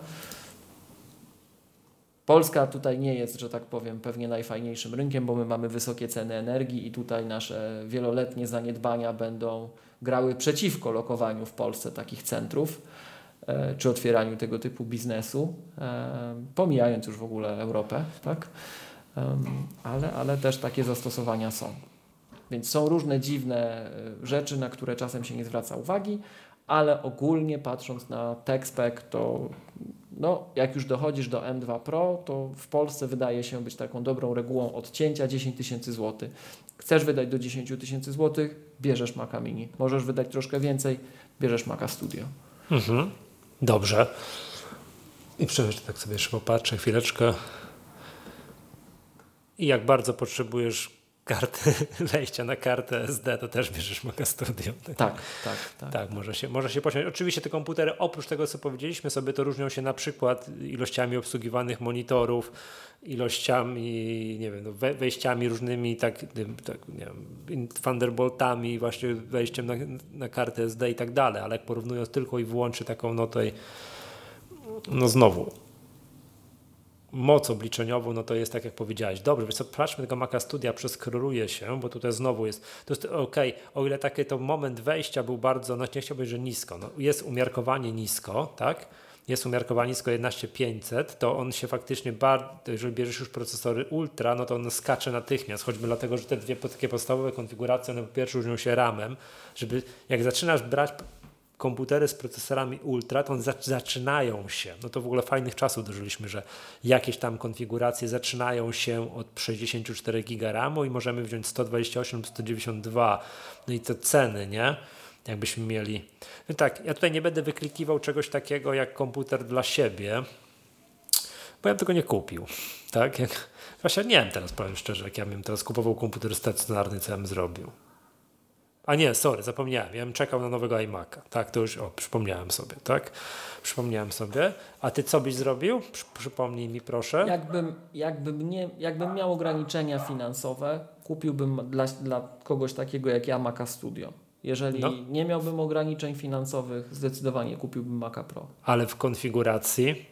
Polska tutaj nie jest, że tak powiem, pewnie najfajniejszym rynkiem, bo my mamy wysokie ceny energii i tutaj nasze wieloletnie zaniedbania będą grały przeciwko lokowaniu w Polsce takich centrów czy otwieraniu tego typu biznesu, pomijając już w ogóle Europę, tak? Ale też takie zastosowania są. Więc są różne dziwne rzeczy, na które czasem się nie zwraca uwagi, ale ogólnie patrząc na tech spec, to no, jak już dochodzisz do M2 Pro, to w Polsce wydaje się być taką dobrą regułą odcięcia 10 000 złotych. Chcesz wydać do 10 000 złotych, bierzesz Maca Mini. Możesz wydać troszkę więcej, bierzesz Maca Studio. Dobrze. I tak sobie jeszcze popatrzę chwileczkę. I jak bardzo potrzebujesz karty, wejścia na kartę SD, to też bierzesz Maca Studio. Tak, może się posiąść. Oczywiście te komputery, oprócz tego, co powiedzieliśmy sobie, to różnią się na przykład ilościami obsługiwanych monitorów, ilościami, nie wiem, wejściami różnymi, nie wiem, Thunderboltami, właśnie wejściem na kartę SD i tak dalej, ale jak porównując tylko i wyłącznie taką, no znowu, moc obliczeniową, no to jest tak, jak powiedziałeś. Dobrze, więc patrzmy tego Maca Studia, przeskroluję się, bo tutaj znowu jest, to jest o ile taki to moment wejścia był bardzo, no nie chciałbym, że nisko, no jest umiarkowanie nisko, tak? Jest umiarkowanie nisko 11500, to on się faktycznie jeżeli bierzesz już procesory ultra, no to on skacze natychmiast, choćby dlatego, że te dwie takie podstawowe konfiguracje, one po pierwsze różnią się RAM-em, żeby jak zaczynasz brać komputery z procesorami ultra, to one zaczynają się, no to w ogóle fajnych czasów dożyliśmy, że jakieś tam konfiguracje zaczynają się od 64 GB RAMu i możemy wziąć 128 lub 192, no i te ceny, nie? Jakbyśmy mieli. No tak, ja tutaj nie będę wyklikiwał czegoś takiego jak komputer dla siebie, bo ja bym tego nie kupił. Tak? Właśnie nie wiem teraz, powiem szczerze, jak ja bym teraz kupował komputer stacjonarny, co ja bym zrobił. A nie, sorry, zapomniałem. Ja bym czekał na nowego iMac'a. Tak, to już, przypomniałem sobie, tak? Przypomniałem sobie. A ty co byś zrobił? Przypomnij mi, proszę. Jakbym miał ograniczenia finansowe, kupiłbym dla kogoś takiego jak ja Maca Studio. Jeżeli nie miałbym ograniczeń finansowych, zdecydowanie kupiłbym Maca Pro. Ale w konfiguracji?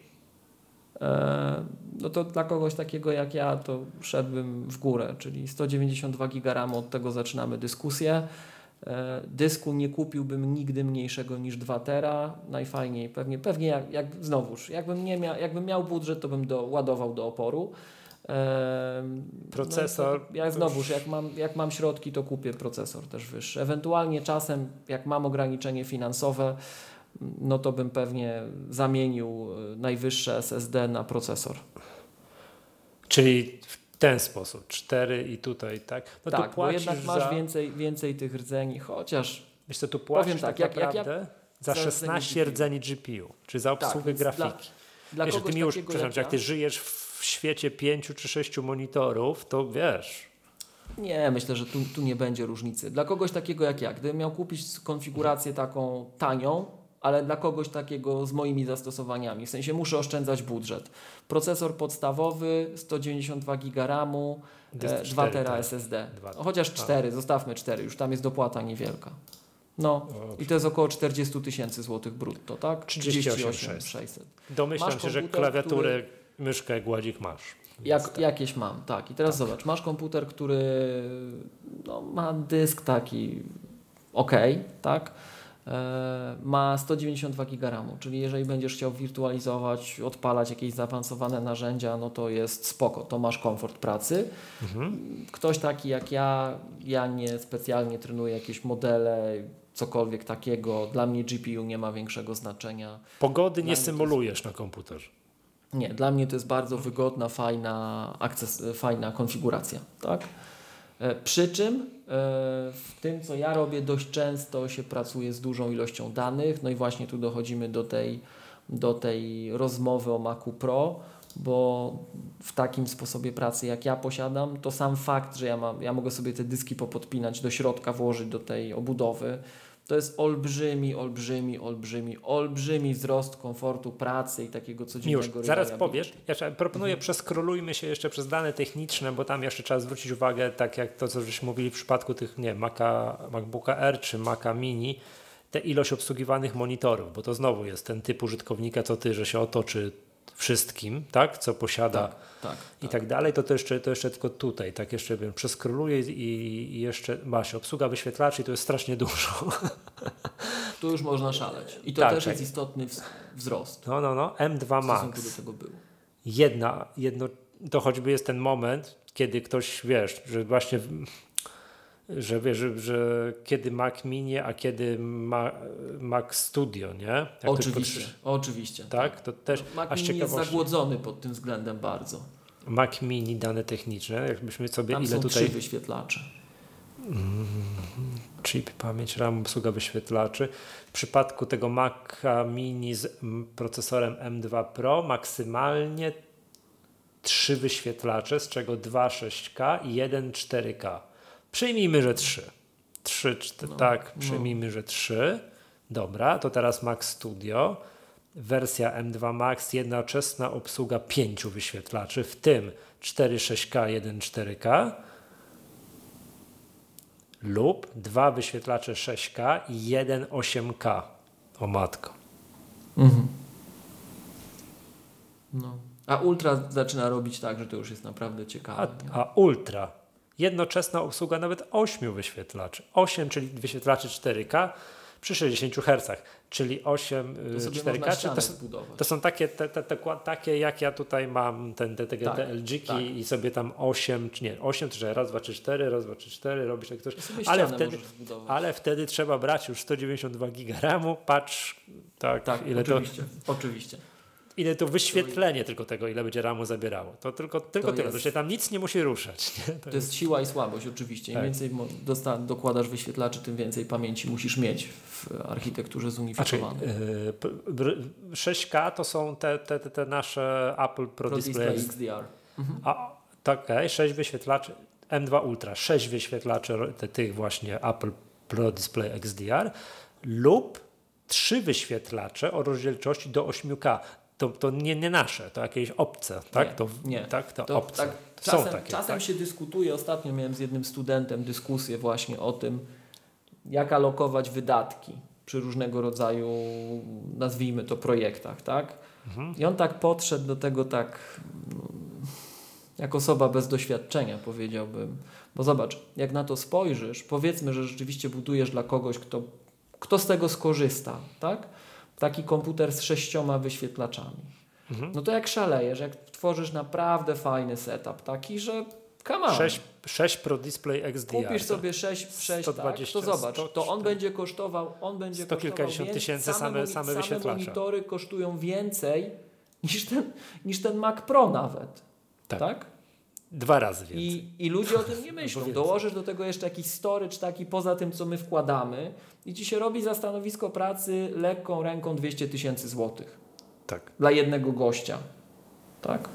No to dla kogoś takiego jak ja, to szedłbym w górę, czyli 192 GB RAM, od tego zaczynamy dyskusję. Dysku nie kupiłbym nigdy mniejszego niż 2 tera. Najfajniej, pewnie znowuż, jakbym miał budżet, to bym ładował do oporu. Procesor. No ja znowuż, jak mam środki, to kupię procesor też wyższy. Ewentualnie czasem, jak mam ograniczenie finansowe, no to bym pewnie zamienił najwyższe SSD na procesor. Czyli w ten sposób, 4 i tutaj, tak? No tak, tu bo jednak masz więcej tych rdzeni, chociaż... Myślę, tu płacisz tak, tak naprawdę za 16 rdzeni GPU, czy za obsługę grafiki. Dla wiesz, kogoś ty już, jak ty ja? żyjesz w świecie 5 czy 6 monitorów, to wiesz... Nie, myślę, że tu nie będzie różnicy. Dla kogoś takiego jak ja, gdybym miał kupić konfigurację taką tanią, ale dla kogoś takiego z moimi zastosowaniami, w sensie muszę oszczędzać budżet. Procesor podstawowy, 192 GB RAMu, 2 tera SSD. Chociaż 4, zostawmy 4, już tam jest dopłata niewielka. No i to jest około 40 000 złotych brutto, tak? 38 600. Domyślam się, że klawiaturę, myszkę, gładzik masz. Jakieś mam, tak. I teraz zobacz, masz komputer, który ma dysk taki tak? Ma 192 GB RAMu, czyli jeżeli będziesz chciał wirtualizować, odpalać jakieś zaawansowane narzędzia, no to jest spoko, to masz komfort pracy. Ktoś taki jak ja nie specjalnie trenuję jakieś modele, cokolwiek takiego, dla mnie GPU nie ma większego znaczenia. Pogody nie symulujesz na komputerze. Nie, dla mnie to jest bardzo wygodna, fajna konfiguracja, tak? Przy czym w tym, co ja robię, dość często się pracuje z dużą ilością danych, no i właśnie tu dochodzimy do tej rozmowy o Macu Pro, bo w takim sposobie pracy, jak ja posiadam, to sam fakt, że ja mogę sobie te dyski popodpinać do środka, włożyć do tej obudowy, to jest olbrzymi wzrost komfortu pracy i takiego codziennego Już, zaraz powiesz. Ja proponuję, przeskrolujmy się jeszcze przez dane techniczne, bo tam jeszcze trzeba zwrócić uwagę, tak jak to, co żeśmy mówili w przypadku tych, MacBooka Air czy Maca Mini, tę ilość obsługiwanych monitorów, bo to znowu jest ten typ użytkownika, co ty, że się otoczy wszystkim, tak, co posiada i tak dalej, to jeszcze tylko tutaj, tak jeszcze przeskroluję i jeszcze ma się obsługa wyświetlaczy i to jest strasznie dużo. Tu już można szaleć. I to też jest istotny wzrost. No. M2 Max. W stosunku do tego był. To choćby jest ten moment, kiedy ktoś, wiesz, że właśnie że kiedy Mac Mini, a kiedy Mac Studio, nie? Jak oczywiście. Tak, to też. Mac Mini jest zagłodzony pod tym względem bardzo. Mac Mini, dane techniczne, jakbyśmy sobie tam ile są tutaj... 3 wyświetlacze. Chip, pamięć RAM, obsługa wyświetlaczy. W przypadku tego Maca Mini z procesorem M2 Pro maksymalnie 3 wyświetlacze, z czego 2 6K i 1 4K. Przyjmijmy, że 3. Przyjmijmy, że 3. Dobra, to teraz Mac Studio. Wersja M2 Max, jednoczesna obsługa 5 wyświetlaczy, w tym 4 6K, 1 4K lub 2 wyświetlacze 6K i 1 8K. O matko. No. A Ultra zaczyna robić tak, że to już jest naprawdę ciekawe. A Ultra. Jednoczesna obsługa nawet 8 wyświetlaczy. 8, czyli wyświetlaczy 4K przy 60 Hz, czyli 8 4K. To są takie jak ja tutaj mam te LG-ki i sobie tam 8, czy nie, 8, czy raz, 2, 3, 4, raz, 2, 3, 4, robisz takie coś. Ale wtedy trzeba brać już 192 GB RAMu, patrz, ile oczywiście, to... Oczywiście. ile to wyświetlenie tylko tego, ile będzie RAMu zabierało. To tylko tyle. jest- To się tam nic nie musi ruszać. Nie? To jest siła i słabość oczywiście. Im Tak. więcej dokładasz wyświetlaczy, tym więcej pamięci musisz mieć w architekturze zunifikowanej. 6K to są te nasze Apple Pro Display. XDR. Okej, 6 wyświetlaczy M2 Ultra, 6 wyświetlaczy tych właśnie Apple Pro Display XDR lub 3 wyświetlacze o rozdzielczości do 8K. To nie nasze, to jakieś obce, tak? Nie. To To obce. tak, Są takie. czasem Tak? się dyskutuje, ostatnio miałem z jednym studentem dyskusję właśnie o tym, jak alokować wydatki przy różnego rodzaju, nazwijmy to, projektach, tak? I on tak podszedł do tego jak osoba bez doświadczenia, powiedziałbym. Bo zobacz, jak na to spojrzysz, powiedzmy, że rzeczywiście budujesz dla kogoś, kto z tego skorzysta, tak? Taki komputer z 6 wyświetlaczami. No to jak szalejesz, jak tworzysz naprawdę fajny setup, taki, że come on. 6 Pro Display XDR. Kupisz sobie 6 tak, 120, to zobacz, 100, to on będzie kosztował, sto kilkadziesiąt tysięcy same wyświetlacze. monitory kosztują więcej niż ten Mac Pro nawet. Tak? 2 razy więcej. I ludzie o tym nie myślą. Dołożysz do tego jeszcze jakiś storage taki poza tym, co my wkładamy i ci się robi za stanowisko pracy lekką ręką 200 tysięcy złotych. Tak. Dla jednego gościa. Tak?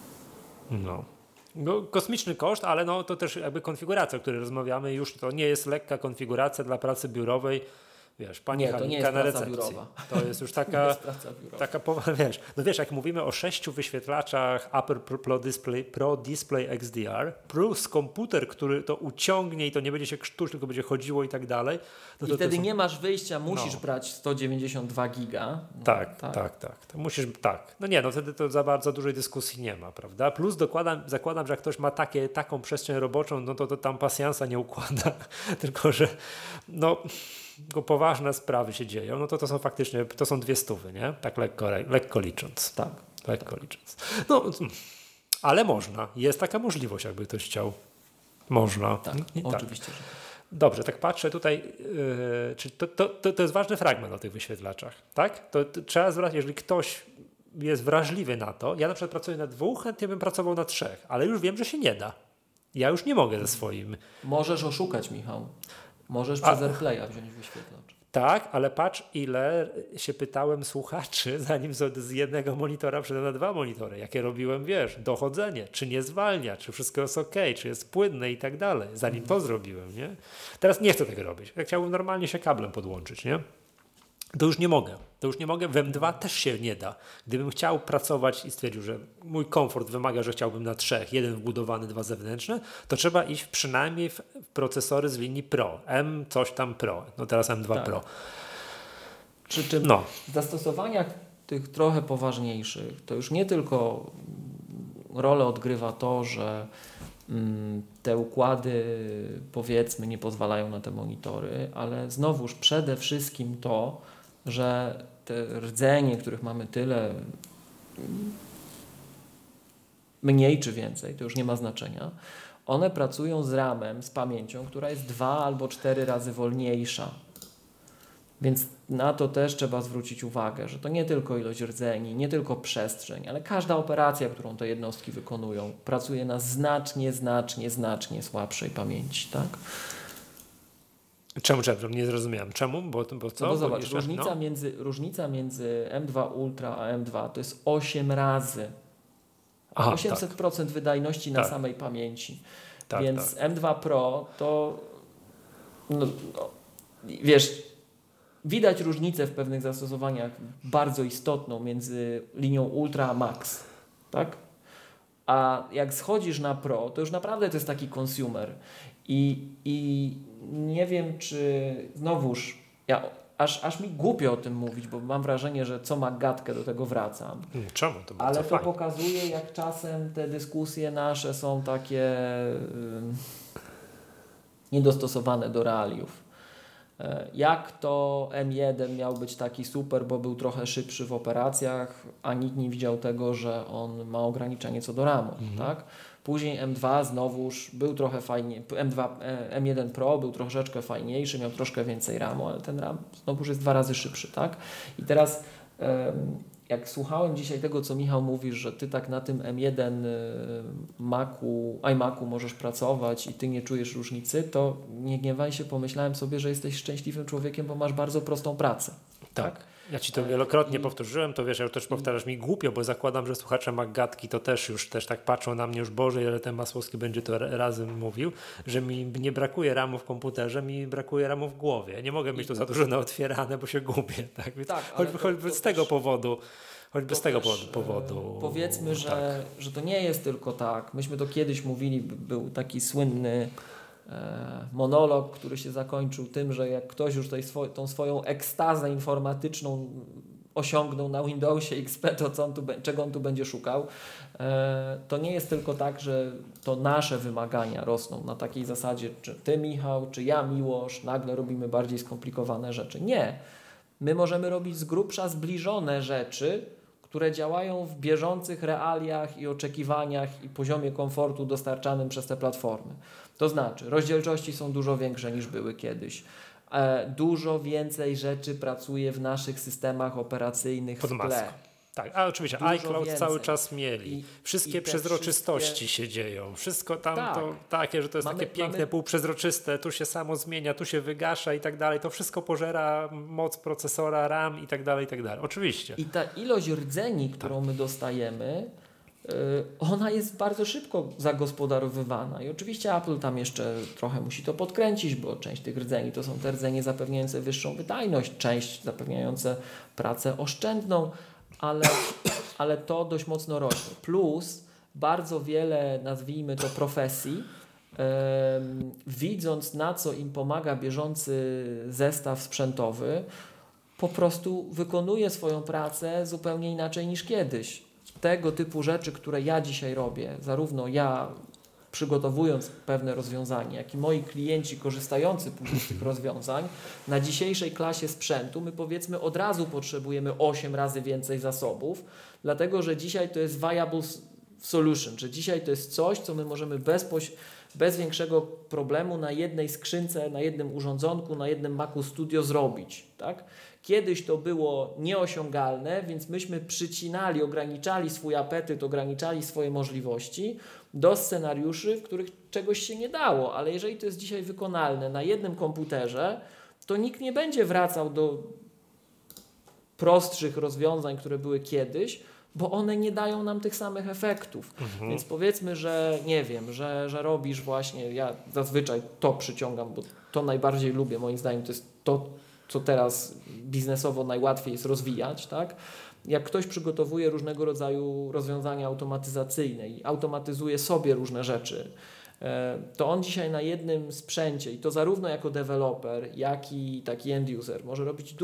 No, kosmiczny koszt, ale no to też jakby konfiguracja, o której rozmawiamy, już to nie jest lekka konfiguracja dla pracy biurowej. Wiesz, pani Nie, to nie Halika jest na praca recepcji. biurowa. To jest już To taka, jest praca biurowa. wiesz, no wiesz, jak mówimy o 6 wyświetlaczach Apple Pro Display XDR plus komputer, który to uciągnie i to nie będzie się krztuć, tylko będzie chodziło i tak dalej. No I wtedy nie masz wyjścia, musisz brać 192 giga. No, tak. To musisz, tak. No nie, no wtedy to za bardzo dużej dyskusji nie ma, prawda? Plus zakładam, że jak ktoś ma taką przestrzeń roboczą, no to tam pasjansa nie układa, tylko że no poważne sprawy się dzieją, no to są faktycznie, to są 200, nie? Tak lekko licząc. Tak. Lekko licząc. No, ale można. Jest taka możliwość, jakby ktoś chciał. Można. Tak, oczywiście, że tak. Dobrze, tak patrzę tutaj, czy to jest ważny fragment o tych wyświetlaczach, tak? To trzeba zwracać, jeżeli ktoś jest wrażliwy na to, ja na przykład pracuję na 2, chętnie bym pracował na 3, ale już wiem, że się nie da. Ja już nie mogę ze swoim. Możesz oszukać, Michał. Możesz przez AirPlaya wziąć wyświetlacz. Tak, ale patrz, ile się pytałem słuchaczy, zanim z jednego monitora przeszedłem na 2 monitory. Jakie robiłem, wiesz, dochodzenie, czy nie zwalnia, czy wszystko jest ok, czy jest płynne i tak dalej. Zanim to zrobiłem, nie? Teraz nie chcę tego robić. Ja chciałbym normalnie się kablem podłączyć, nie? To już nie mogę. W M2 też się nie da. Gdybym chciał pracować i stwierdził, że mój komfort wymaga, że chciałbym na 3, 1 wbudowany, 2 zewnętrzne, to trzeba iść przynajmniej w procesory z linii Pro. M coś tam Pro. No teraz M2 Pro. Przy czym w zastosowaniach tych trochę poważniejszych, to już nie tylko rolę odgrywa to, że te układy, powiedzmy, nie pozwalają na te monitory, ale znowuż przede wszystkim to, że te rdzenie, których mamy tyle, mniej czy więcej, to już nie ma znaczenia, one pracują z RAM-em, z pamięcią, która jest 2 albo 4 razy wolniejsza. Więc na to też trzeba zwrócić uwagę, że to nie tylko ilość rdzeni, nie tylko przestrzeń, ale każda operacja, którą te jednostki wykonują, pracuje na znacznie słabszej pamięci, tak? Czemu? Nie zrozumiałem. Czemu? Bo co? No bo zobacz, jeszcze, różnica między M2 Ultra a M2 to jest 8 razy. 800% wydajności na samej pamięci. Więc M2 Pro to wiesz, widać różnicę w pewnych zastosowaniach bardzo istotną między linią Ultra a Max, tak? A jak schodzisz na Pro, to już naprawdę to jest taki consumer. I nie wiem, czy znowuż, aż mi głupio o tym mówić, bo mam wrażenie, że co ma gadkę do tego wracam. Czemu? To ale to pokazuje, jak czasem te dyskusje nasze są takie niedostosowane do realiów. Jak to M1 miał być taki super, bo był trochę szybszy w operacjach, a nikt nie widział tego, że on ma ograniczenie co do RAMu, tak? Później M2 znowuż był trochę fajnie, M1 Pro był troszeczkę fajniejszy, miał troszkę więcej RAMu, ale ten RAM znowuż jest 2 razy szybszy, tak? I teraz jak słuchałem dzisiaj tego, co Michał mówisz, że ty tak na tym M1 iMacu możesz pracować i ty nie czujesz różnicy, to nie gniewaj się, pomyślałem sobie, że jesteś szczęśliwym człowiekiem, bo masz bardzo prostą pracę. Tak? Ja ci to wielokrotnie powtórzyłem, to wiesz, ja też powtarzasz mi głupio, bo zakładam, że słuchacze Maggatki to też tak patrzą na mnie już, Boże, ile ten Masłowski będzie to razem mówił, że mi nie brakuje ramu w komputerze, mi brakuje ramu w głowie. Nie mogę mieć tu za dużo naotwierane, bo się gubię. Tak? Więc choćby z tego powodu. Choćby z tego powodu. Powiedzmy, że to nie jest tylko tak. Myśmy to kiedyś mówili, był taki słynny monolog, który się zakończył tym, że jak ktoś już tą swoją ekstazę informatyczną osiągnął na Windowsie XP, to czego on tu będzie szukał. To nie jest tylko tak, że to nasze wymagania rosną na takiej zasadzie, czy ty, Michał, czy ja, Miłosz, nagle robimy bardziej skomplikowane rzeczy. Nie. My możemy robić z grubsza zbliżone rzeczy, które działają w bieżących realiach i oczekiwaniach i poziomie komfortu dostarczanym przez te platformy. To znaczy, rozdzielczości są dużo większe niż były kiedyś. Dużo więcej rzeczy pracuje w naszych systemach operacyjnych w tle. Tak, a oczywiście dużo iCloud więcej. Cały czas mieli. Wszystkie przezroczystości się dzieją. Wszystko tam to takie, że to jest takie piękne, półprzezroczyste, tu się samo zmienia, tu się wygasza i tak dalej. To wszystko pożera moc procesora, RAM i tak dalej, i tak dalej. Oczywiście. I ta ilość rdzeni, którą my dostajemy, ona jest bardzo szybko zagospodarowywana i oczywiście Apple tam jeszcze trochę musi to podkręcić, bo część tych rdzeni to są te rdzenie zapewniające wyższą wydajność, część zapewniające pracę oszczędną, ale to dość mocno rośnie. Plus bardzo wiele, nazwijmy to, profesji, widząc na co im pomaga bieżący zestaw sprzętowy, po prostu wykonuje swoją pracę zupełnie inaczej niż kiedyś. Tego typu rzeczy, które ja dzisiaj robię, zarówno ja przygotowując pewne rozwiązanie, jak i moi klienci korzystający później z tych rozwiązań, na dzisiejszej klasie sprzętu my powiedzmy od razu potrzebujemy 8 razy więcej zasobów, dlatego że dzisiaj to jest viable solution, że dzisiaj to jest coś, co my możemy bez większego problemu na jednej skrzynce, na jednym urządzonku, na jednym Macu Studio zrobić. Tak? Kiedyś to było nieosiągalne, więc myśmy przycinali, ograniczali swój apetyt, ograniczali swoje możliwości do scenariuszy, w których czegoś się nie dało, ale jeżeli to jest dzisiaj wykonalne na jednym komputerze, to nikt nie będzie wracał do prostszych rozwiązań, które były kiedyś, bo one nie dają nam tych samych efektów. Więc powiedzmy, że nie wiem, że robisz właśnie, ja zazwyczaj to przyciągam, bo to najbardziej lubię, moim zdaniem to jest to, co teraz biznesowo najłatwiej jest rozwijać, tak? Jak ktoś przygotowuje różnego rodzaju rozwiązania automatyzacyjne i automatyzuje sobie różne rzeczy, to on dzisiaj na jednym sprzęcie i to zarówno jako deweloper, jak i taki end user może robić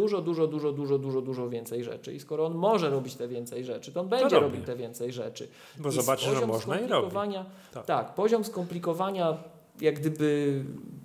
dużo więcej rzeczy i skoro on może robić te więcej rzeczy, to on będzie robił te więcej rzeczy. Bo zobaczy, że można i robi. Tak, poziom skomplikowania jak gdyby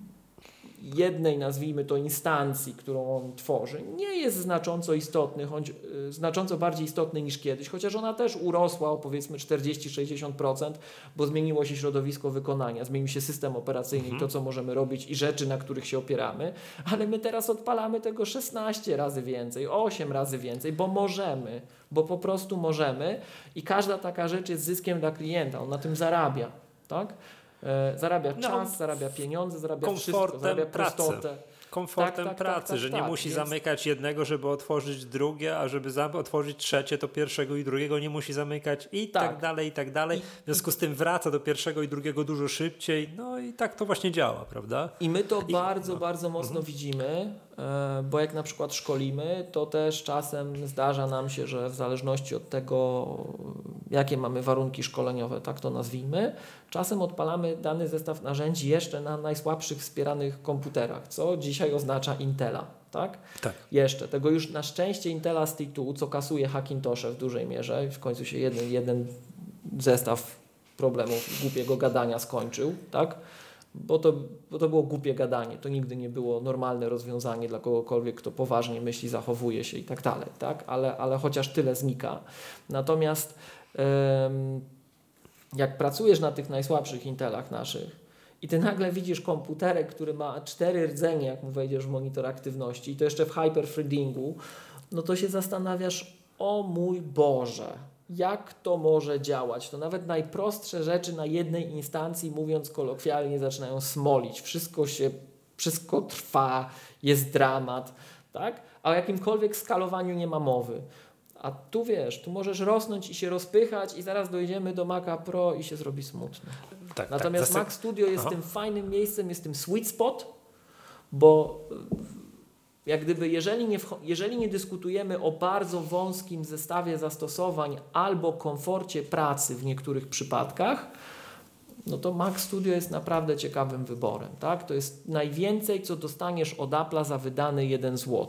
jednej, nazwijmy to, instancji, którą on tworzy, nie jest znacząco istotny, znacząco bardziej istotny niż kiedyś, chociaż ona też urosła o powiedzmy 40-60%, bo zmieniło się środowisko wykonania, zmienił się system operacyjny i to, co możemy robić i rzeczy, na których się opieramy, ale my teraz odpalamy tego 16 razy więcej, 8 razy więcej, bo możemy, bo po prostu możemy i każda taka rzecz jest zyskiem dla klienta, on na tym zarabia, tak? Zarabia czas, zarabia pieniądze, zarabia wszystko, zarabia prostotę. Komfortem pracy, że nie musi zamykać jednego, żeby otworzyć drugie, a żeby otworzyć trzecie, to pierwszego i drugiego nie musi zamykać i tak dalej, i tak dalej. W związku z tym wraca do pierwszego i drugiego dużo szybciej, no i tak to właśnie działa, prawda? I my to bardzo mocno widzimy, bo jak na przykład szkolimy, to też czasem zdarza nam się, że w zależności od tego, jakie mamy warunki szkoleniowe, tak to nazwijmy, czasem odpalamy dany zestaw narzędzi jeszcze na najsłabszych wspieranych komputerach, co dzisiaj oznacza Intela. Tak? Jeszcze. Tego już na szczęście Intela z tytułu, co kasuje Hackintosze w dużej mierze, w końcu się jeden zestaw problemów głupiego gadania skończył, tak? Bo to było głupie gadanie, to nigdy nie było normalne rozwiązanie dla kogokolwiek, kto poważnie myśli, zachowuje się i tak dalej, tak? Ale chociaż tyle znika. Natomiast jak pracujesz na tych najsłabszych Intelach naszych i ty nagle widzisz komputerek, który ma 4 rdzenie, jak mu wejdziesz w monitor aktywności i to jeszcze w hyperthreadingu, no to się zastanawiasz, o mój Boże, jak to może działać? To nawet najprostsze rzeczy na jednej instancji, mówiąc kolokwialnie, zaczynają smolić. Wszystko trwa, jest dramat, tak? A o jakimkolwiek skalowaniu nie ma mowy. A tu wiesz, tu możesz rosnąć i się rozpychać i zaraz dojdziemy do Maca Pro i się zrobi smutno. Tak, Natomiast Mac Studio jest tym fajnym miejscem, jest tym sweet spot, bo jak gdyby jeżeli nie dyskutujemy o bardzo wąskim zestawie zastosowań albo komforcie pracy w niektórych przypadkach, no to Mac Studio jest naprawdę ciekawym wyborem. Tak? To jest najwięcej, co dostaniesz od Apple'a za wydany 1 zł.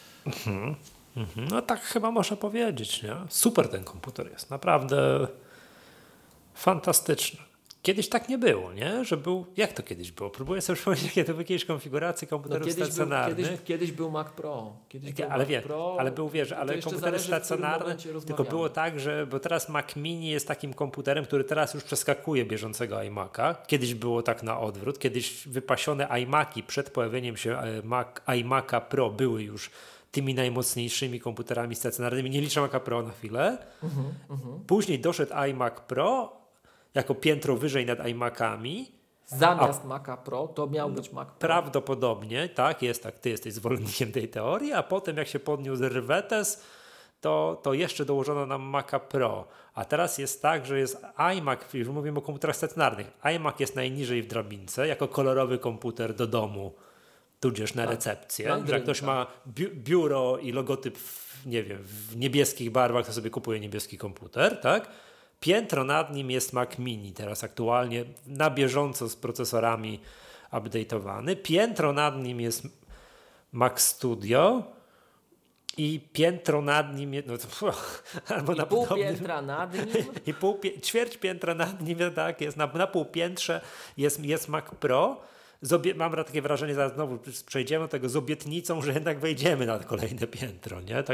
No tak chyba można powiedzieć, nie? Super ten komputer jest, naprawdę fantastyczny. Kiedyś tak nie było, nie? Że był, jak to kiedyś było? Próbuję sobie przypomnieć, jakie to były jakieś konfiguracje komputerów stacjonarnych. Kiedyś był Mac Pro. Ale był, wiesz, ale komputery stacjonarne, tylko było tak, że, bo teraz Mac Mini jest takim komputerem, który teraz już przeskakuje bieżącego iMac'a. Kiedyś było tak na odwrót, kiedyś wypasione iMac'i przed pojawieniem się iMac'a Pro były już tymi najmocniejszymi komputerami stacjonarnymi, nie liczę Maca Pro na chwilę. Później doszedł iMac Pro jako piętro wyżej nad iMac'ami. Zamiast Maca Pro to miał być Mac Pro. Prawdopodobnie, tak, ty jesteś zwolennikiem tej teorii, a potem jak się podniósł Rvetes, to jeszcze dołożono nam Maca Pro. A teraz jest tak, że jest iMac, już mówimy o komputerach stacjonarnych, iMac jest najniżej w drabince, jako kolorowy komputer do domu, tudzież na recepcję, że jak ktoś ma biuro i logotyp w niebieskich barwach, to sobie kupuje niebieski komputer, tak? Piętro nad nim jest Mac Mini, teraz aktualnie na bieżąco z procesorami update'owany. Piętro nad nim jest Mac Studio i piętro nad nim albo na pół piętra nad nim i ćwierć piętra nad nim, tak, jest na półpiętrze jest Mac Pro. Mam takie wrażenie, zaraz znowu przejdziemy do tego z obietnicą, że jednak wejdziemy na kolejne piętro, nie?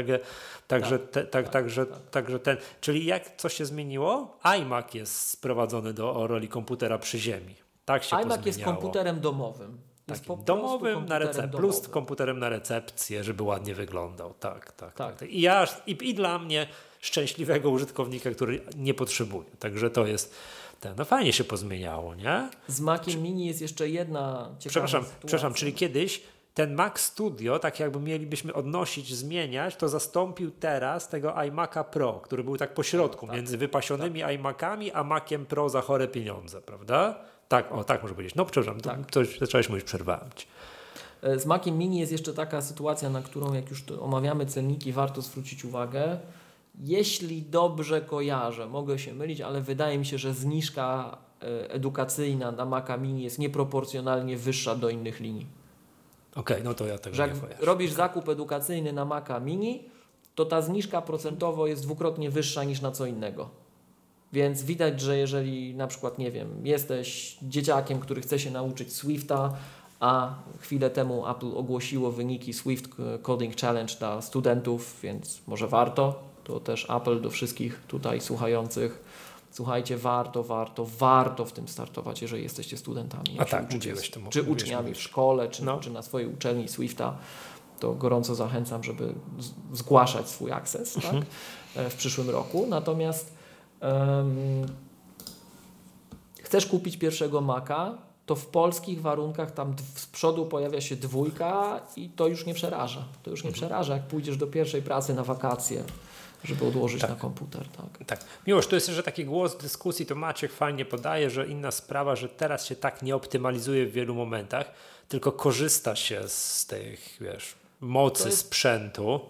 Także ten, czyli jak coś się zmieniło? iMac jest sprowadzony do roli komputera przy ziemi. Tak się iMac jest komputerem domowym. Domowym plus komputerem na recepcję, żeby ładnie wyglądał. Tak. I dla mnie szczęśliwego użytkownika, który nie potrzebuje. Także to jest no fajnie się pozmieniało, nie? Z Maciem Mini jest jeszcze jedna ciekawa sytuacja. Przepraszam, czyli kiedyś ten Mac Studio, tak jakby mielibyśmy odnosić, zmieniać, to zastąpił teraz tego iMac'a Pro, który był tak pośrodku między wypasionymi iMac'ami a Maciem Pro za chore pieniądze, prawda? Tak można powiedzieć. No przepraszam, to zacząłeś mówić, przerwałem ci. Z Maciem Mini jest jeszcze taka sytuacja, na którą jak już omawiamy cenniki, warto zwrócić uwagę. Jeśli dobrze kojarzę, mogę się mylić, ale wydaje mi się, że zniżka edukacyjna na Maca Mini jest nieproporcjonalnie wyższa do innych linii. Okej, no to ja tego nie kojarzę. Robisz zakup edukacyjny na Maca Mini, to ta zniżka procentowo jest dwukrotnie wyższa niż na co innego. Więc widać, że jeżeli na przykład, jesteś dzieciakiem, który chce się nauczyć Swifta, a chwilę temu Apple ogłosiło wyniki Swift Coding Challenge dla studentów, więc może warto. To też apel do wszystkich tutaj słuchających. Słuchajcie, warto w tym startować, jeżeli jesteście studentami. Czy uczniami w szkole, czy na swojej uczelni Swifta, to gorąco zachęcam, żeby zgłaszać swój akces w przyszłym roku. Natomiast chcesz kupić pierwszego Maca, to w polskich warunkach tam z przodu pojawia się 2 i to już nie przeraża. Jak pójdziesz do pierwszej pracy na wakacje, żeby odłożyć na komputer. Tak. Miłosz, to jest jeszcze taki głos dyskusji, to Maciek fajnie podaje, że inna sprawa, że teraz się tak nie optymalizuje w wielu momentach, tylko korzysta się z tych, mocy sprzętu.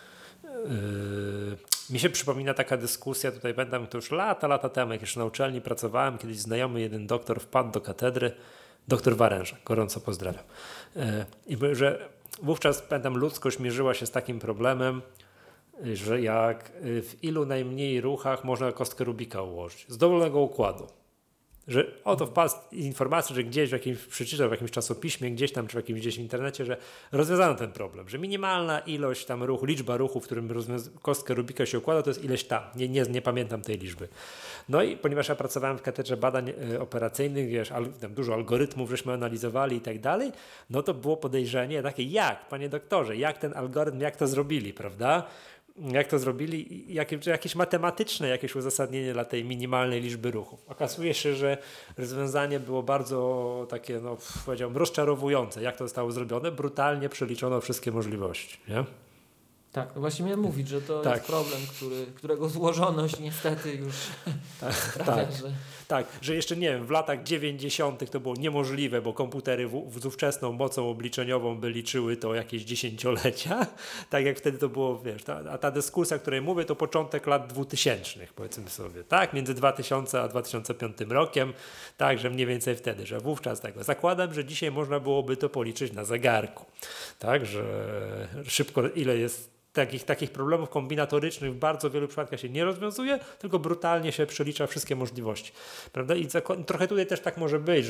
Mi się przypomina taka dyskusja, tutaj to już lata temu, jak jeszcze na uczelni pracowałem, kiedyś znajomy jeden doktor wpadł do katedry, doktor Waręża, gorąco pozdrawiam. I mówił, że wówczas, pamiętam, ludzkość mierzyła się z takim problemem, że jak w ilu najmniej ruchach można kostkę Rubika ułożyć z dowolnego układu. Że oto wpadł informacja, że gdzieś przeczytał w jakimś czasopiśmie, gdzieś tam, czy w jakimś gdzieś w internecie, że rozwiązano ten problem, że minimalna ilość tam ruchu, liczba ruchów, w którym kostkę Rubika się układa, to jest ileś tam. Nie pamiętam tej liczby. No i ponieważ ja pracowałem w katedrze badań operacyjnych, tam dużo algorytmów żeśmy analizowali i tak dalej, no to było podejrzenie takie, panie doktorze, jak ten algorytm, jak to zrobili, prawda? jak to zrobili, jakieś matematyczne jakieś uzasadnienie dla tej minimalnej liczby ruchów. Okazuje się, że rozwiązanie było bardzo takie, no powiedziałbym, rozczarowujące. Jak to zostało zrobione? Brutalnie przeliczono wszystkie możliwości. Nie? Tak, no właśnie miałem mówić, że to Tak. jest problem, którego złożoność niestety już sprawia, że... Tak, że jeszcze nie wiem, w latach 90. to było niemożliwe, bo komputery z ówczesną mocą obliczeniową by liczyły to jakieś dziesięciolecia, tak jak wtedy to było, wiesz, a ta dyskusja, o której mówię, to początek lat 2000, powiedzmy sobie, tak, między 2000 a 2005 rokiem, tak, że mniej więcej wtedy, że wówczas tego. Zakładam, że dzisiaj można byłoby to policzyć na zegarku, tak, że szybko, ile jest takich problemów kombinatorycznych w bardzo wielu przypadkach się nie rozwiązuje, tylko brutalnie się przelicza wszystkie możliwości. Prawda? I trochę tutaj też tak może być,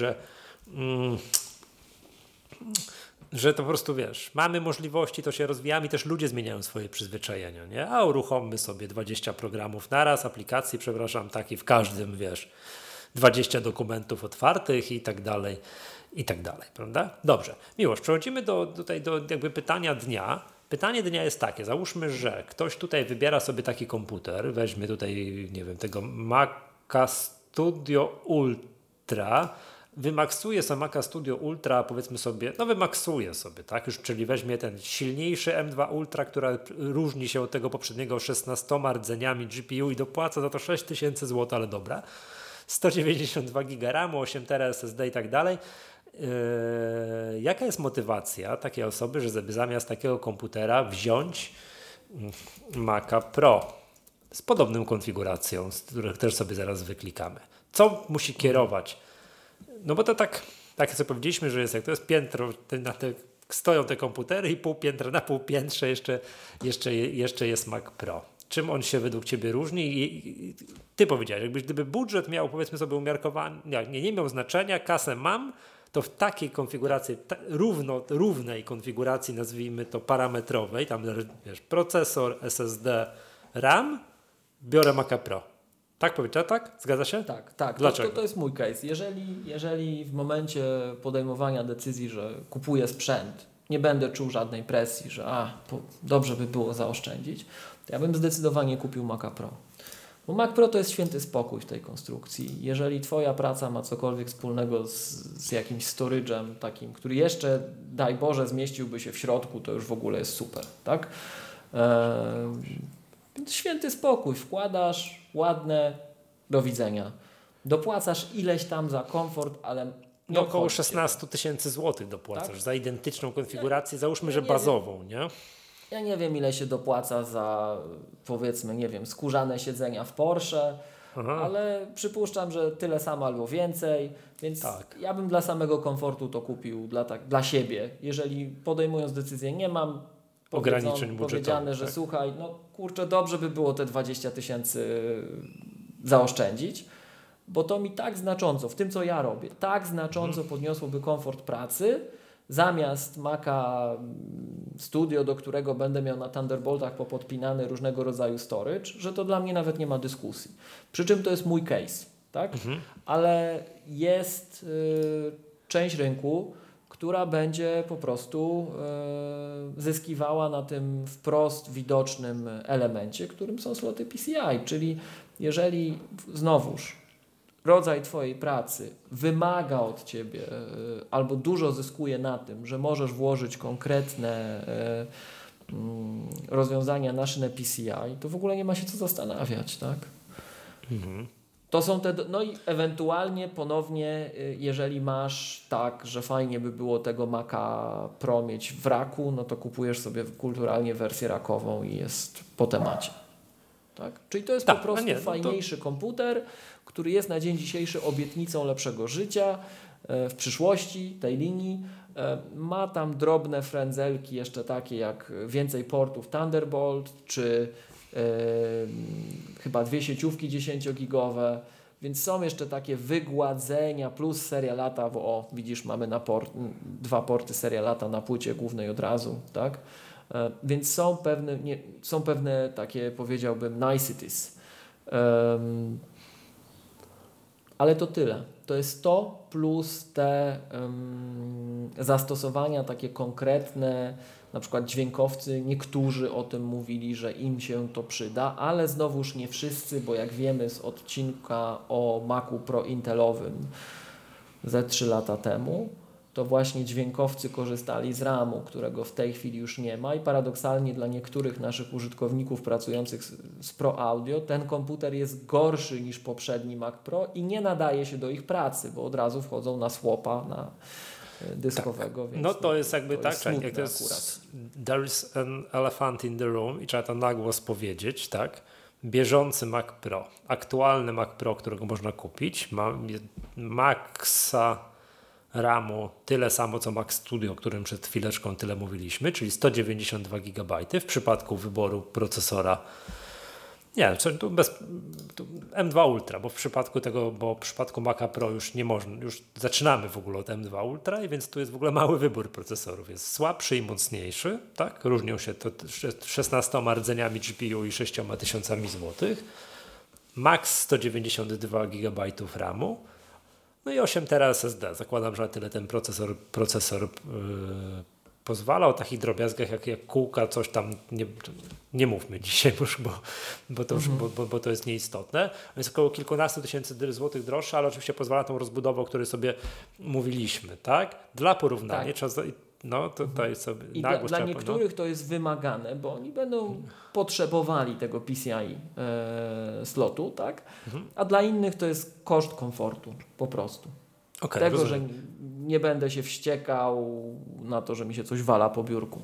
że to po prostu, wiesz, mamy możliwości, to się rozwijamy i też ludzie zmieniają swoje przyzwyczajenia, nie? A uruchommy sobie 20 programów naraz, aplikacji, taki w każdym, wiesz, 20 dokumentów otwartych i tak dalej, prawda? Dobrze. Miłosz, przechodzimy do jakby pytania dnia. Pytanie dnia jest takie, załóżmy, że ktoś tutaj wybiera sobie taki komputer, weźmie tutaj, nie wiem, tego Maca Studio Ultra, wymaksuje sobie Maca Studio Ultra, powiedzmy sobie, no wymaksuje sobie, tak, już, czyli weźmie ten silniejszy M2 Ultra, która różni się od tego poprzedniego 16 rdzeniami GPU i dopłaca za to 6000 zł, ale dobra, 192 GB RAM, 8 TB SSD i tak dalej. Jaka jest motywacja takiej osoby, żeby zamiast takiego komputera wziąć Maca Pro z podobną konfiguracją, z której też sobie zaraz wyklikamy? Co musi kierować? No bo to tak jak sobie powiedzieliśmy, że jest, jak to jest piętro, stoją te komputery i pół piętra na pół piętrze jeszcze jest Mac Pro. Czym on się według Ciebie różni? I Ty powiedziałeś, gdyby budżet miał, powiedzmy sobie, umiarkowany, nie miał znaczenia, kasę mam, to w takiej konfiguracji, równej konfiguracji, nazwijmy to parametrowej, tam wiesz, procesor, SSD, RAM, biorę Maca Pro. Tak powiedział, tak? Zgadza się? Tak. Dlaczego? To jest mój case. Jeżeli w momencie podejmowania decyzji, że kupuję sprzęt, nie będę czuł żadnej presji, że dobrze by było zaoszczędzić, to ja bym zdecydowanie kupił Maca Pro. Bo Mac Pro to jest święty spokój w tej konstrukcji. Jeżeli Twoja praca ma cokolwiek wspólnego z jakimś storage'em takim, który jeszcze, daj Boże, zmieściłby się w środku, to już w ogóle jest super, tak? Więc święty spokój. Wkładasz, ładne, do widzenia. Dopłacasz ileś tam za komfort, ale no około 16 000 złotych dopłacasz, tak? Za identyczną konfigurację, załóżmy, że bazową, nie? Ja nie wiem, ile się dopłaca za, powiedzmy, nie wiem, skórzane siedzenia w Porsche, ale przypuszczam, że tyle samo albo więcej, więc ja bym dla samego komfortu to kupił dla siebie. Jeżeli podejmując decyzję, nie mam ograniczeń powiedziane, że słuchaj, no kurczę, dobrze by było te 20 000 zaoszczędzić, bo to mi tak znacząco, w tym co ja robię, tak znacząco podniosłoby komfort pracy. Zamiast Maca Studio, do którego będę miał na Thunderboltach popodpinany różnego rodzaju storage, że to dla mnie nawet nie ma dyskusji. Przy czym to jest mój case, tak? Ale jest część rynku, która będzie po prostu zyskiwała na tym wprost widocznym elemencie, którym są sloty PCI, czyli jeżeli znowuż rodzaj Twojej pracy wymaga od Ciebie albo dużo zyskuje na tym, że możesz włożyć konkretne rozwiązania na szynę PCI, to w ogóle nie ma się co zastanawiać, tak? To są te, no i ewentualnie ponownie, jeżeli masz tak, że fajnie by było tego Maca Pro mieć w raku, no to kupujesz sobie kulturalnie wersję rakową i jest po temacie. Tak? Czyli to jest po prostu fajniejszy komputer, który jest na dzień dzisiejszy obietnicą lepszego życia w przyszłości tej linii. Ma tam drobne frędzelki jeszcze takie jak więcej portów Thunderbolt, czy chyba 2 sieciówki 10-gigowe, więc są jeszcze takie wygładzenia plus seria lata, bo widzisz, mamy 2 porty seria lata na płycie głównej od razu, tak? Więc są pewne takie, powiedziałbym, niceties. Ale to tyle. To jest to plus te zastosowania takie konkretne Na przykład dźwiękowcy, niektórzy o tym mówili, że im się to przyda, ale znowuż nie wszyscy, bo jak wiemy z odcinka o Macu Pro Intelowym ze 3 lata temu, to właśnie dźwiękowcy korzystali z RAM-u, którego w tej chwili już nie ma i paradoksalnie dla niektórych naszych użytkowników pracujących z Pro Audio ten komputer jest gorszy niż poprzedni Mac Pro i nie nadaje się do ich pracy, bo od razu wchodzą na swapa, na dyskowego. Tak. Więc no to jest jakby to tak, jest smutne jak to jest akurat. there is an elephant in the room i trzeba to na głos powiedzieć, tak? Bieżący Mac Pro, aktualny Mac Pro, którego można kupić, ma maksa RAM-u tyle samo co Mac Studio, o którym przed chwileczką tyle mówiliśmy, czyli 192 GB w przypadku wyboru procesora. Nie, tu M2 Ultra, bo w przypadku Maca Pro już nie można, już zaczynamy w ogóle od M2 Ultra, i więc tu jest w ogóle mały wybór procesorów. Jest słabszy i mocniejszy, tak? Różnią się to 16 rdzeniami GPU i 6000 złotych. Max 192 GB RAM-u. No i 8 TB SSD. Zakładam, że na tyle ten procesor pozwala. O takich drobiazgach jak kółka, coś tam nie mówmy dzisiaj, bo to jest nieistotne. Jest około kilkunastu tysięcy złotych droższe, ale oczywiście pozwala tą rozbudowę, o której sobie mówiliśmy, tak? Dla porównania trzeba tutaj sobie i dla niektórych to jest wymagane, bo oni będą potrzebowali tego PCI slotu, tak? A dla innych to jest koszt komfortu po prostu. Tego, rozumiem. Że nie będę się wściekał na to, że mi się coś wala po biurku.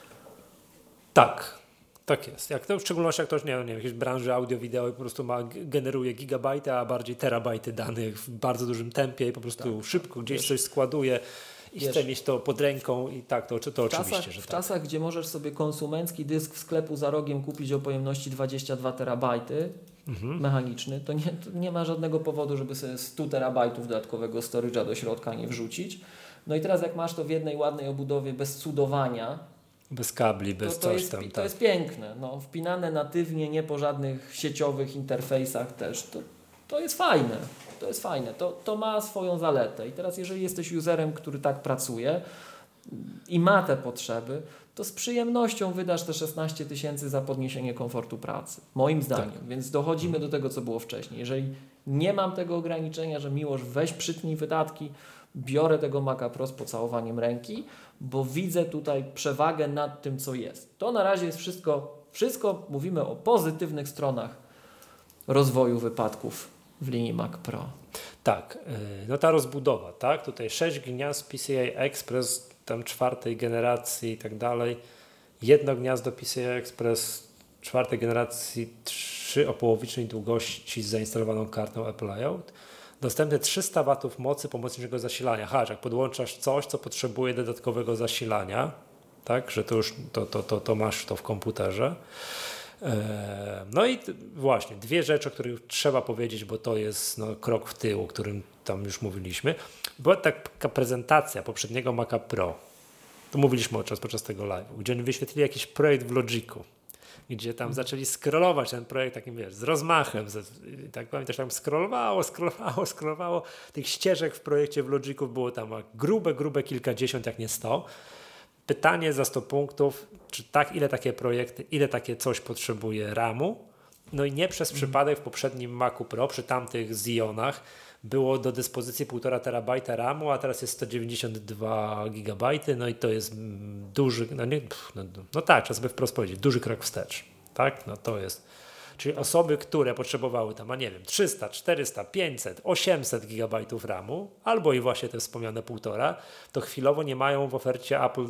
Tak jest. W szczególności jak ktoś nie w jakiejś branży audio-wideo i po prostu generuje gigabajty, a bardziej terabajty danych w bardzo dużym tempie i po prostu szybko gdzieś coś składuje i chce mieć to pod ręką i tak, to oczywiście, że w czasach, gdzie możesz sobie konsumencki dysk w sklepu za rogiem kupić o pojemności 22 terabajty mechaniczny, to nie ma żadnego powodu, żeby sobie 100 terabajtów dodatkowego storage'a do środka nie wrzucić. No i teraz jak masz to w jednej ładnej obudowie bez cudowania, bez kabli, bez coś tam. To jest piękne. Wpinane natywnie, nie po żadnych sieciowych interfejsach też. To jest fajne. To jest fajne. To ma swoją zaletę. I teraz jeżeli jesteś userem, który tak pracuje i ma te potrzeby, to z przyjemnością wydasz te 16 tysięcy za podniesienie komfortu pracy. Moim zdaniem. Tak. Więc dochodzimy do tego, co było wcześniej. Jeżeli nie mam tego ograniczenia, że Miłosz, weź przytnij wydatki, biorę tego Maca Pro z pocałowaniem ręki, bo widzę tutaj przewagę nad tym, co jest. To na razie jest wszystko mówimy o pozytywnych stronach rozwoju wypadków w linii Mac Pro. Tak, ta rozbudowa, tak? Tutaj 6 gniazd PCI Express, tam 4. generacji i tak dalej. Jedno gniazdo PCI Express 4. generacji, 3 o połowicznej długości z zainstalowaną kartą Apple iOS. Dostępne 300 W mocy pomocniczego zasilania. Jak podłączasz coś, co potrzebuje dodatkowego zasilania, tak, że to już to masz to w komputerze. No i właśnie, dwie rzeczy, o których trzeba powiedzieć, bo to jest krok w tył, o którym tam już mówiliśmy. Była taka prezentacja poprzedniego Maca Pro. To mówiliśmy podczas tego live'u, gdzie oni wyświetlili jakiś projekt w Logicu, gdzie tam zaczęli scrollować ten projekt takim, z rozmachem. Tak powiem, też tam scrollowało. Tych ścieżek w projekcie w Logicu było tam grube kilkadziesiąt, jak nie 100. Pytanie za 100 punktów, czy ile takie coś potrzebuje RAM-u? No i nie przez przypadek w poprzednim Macu Pro, przy tamtych Xeonach było do dyspozycji 1,5 terabajta RAM-u, a teraz jest 192 GB, no i to jest duży, trzeba sobie wprost powiedzieć, duży krok wstecz, tak? To jest, czyli osoby, które potrzebowały tam, 300, 400, 500, 800 GB RAM-u, albo i właśnie te wspomniane 1,5, to chwilowo nie mają w ofercie Apple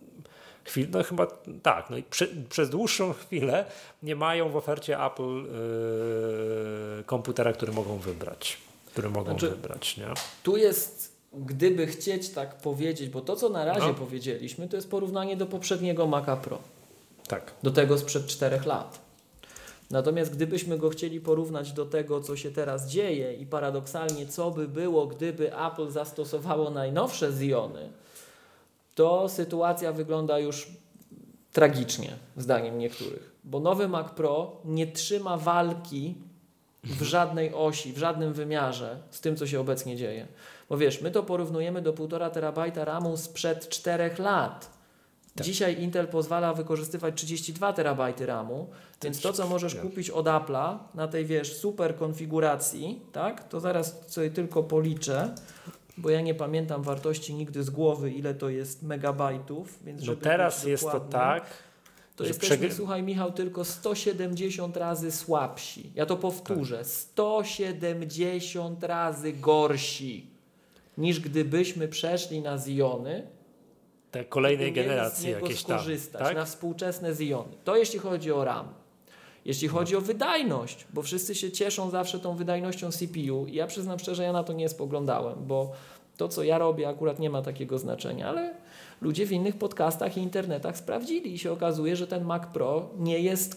przez dłuższą chwilę nie mają w ofercie Apple komputera, który mogą wybrać. Nie? Tu jest, gdyby chcieć tak powiedzieć, bo to, co na razie powiedzieliśmy, to jest porównanie do poprzedniego Maca Pro. Tak. Do tego sprzed 4 lat. Natomiast gdybyśmy go chcieli porównać do tego, co się teraz dzieje i paradoksalnie, co by było, gdyby Apple zastosowało najnowsze Xeony, to sytuacja wygląda już tragicznie, zdaniem niektórych. Bo nowy Mac Pro nie trzyma walki w żadnej osi, w żadnym wymiarze z tym, co się obecnie dzieje. Bo wiesz, my to porównujemy do 1,5 terabajta RAM-u sprzed 4 lat. Dzisiaj Intel pozwala wykorzystywać 32 terabajty RAMu, więc to, co możesz kupić od Apple'a na tej, super konfiguracji, tak, to zaraz sobie tylko policzę, bo ja nie pamiętam wartości nigdy z głowy, ile to jest megabajtów, więc żeby teraz być jest to dokładny, tak, to jesteśmy, słuchaj Michał, tylko 170 razy słabsi. Ja to powtórzę, 170 razy gorsi, niż gdybyśmy przeszli na Xeony, te kolejnej generacji jakieś tam, tak? Na współczesne Xeony. To jeśli chodzi o RAM. Jeśli chodzi o wydajność, bo wszyscy się cieszą zawsze tą wydajnością CPU i ja przyznam szczerze, ja na to nie spoglądałem, bo to, co ja robię, akurat nie ma takiego znaczenia, ale ludzie w innych podcastach i internetach sprawdzili i się okazuje, że ten Mac Pro nie jest,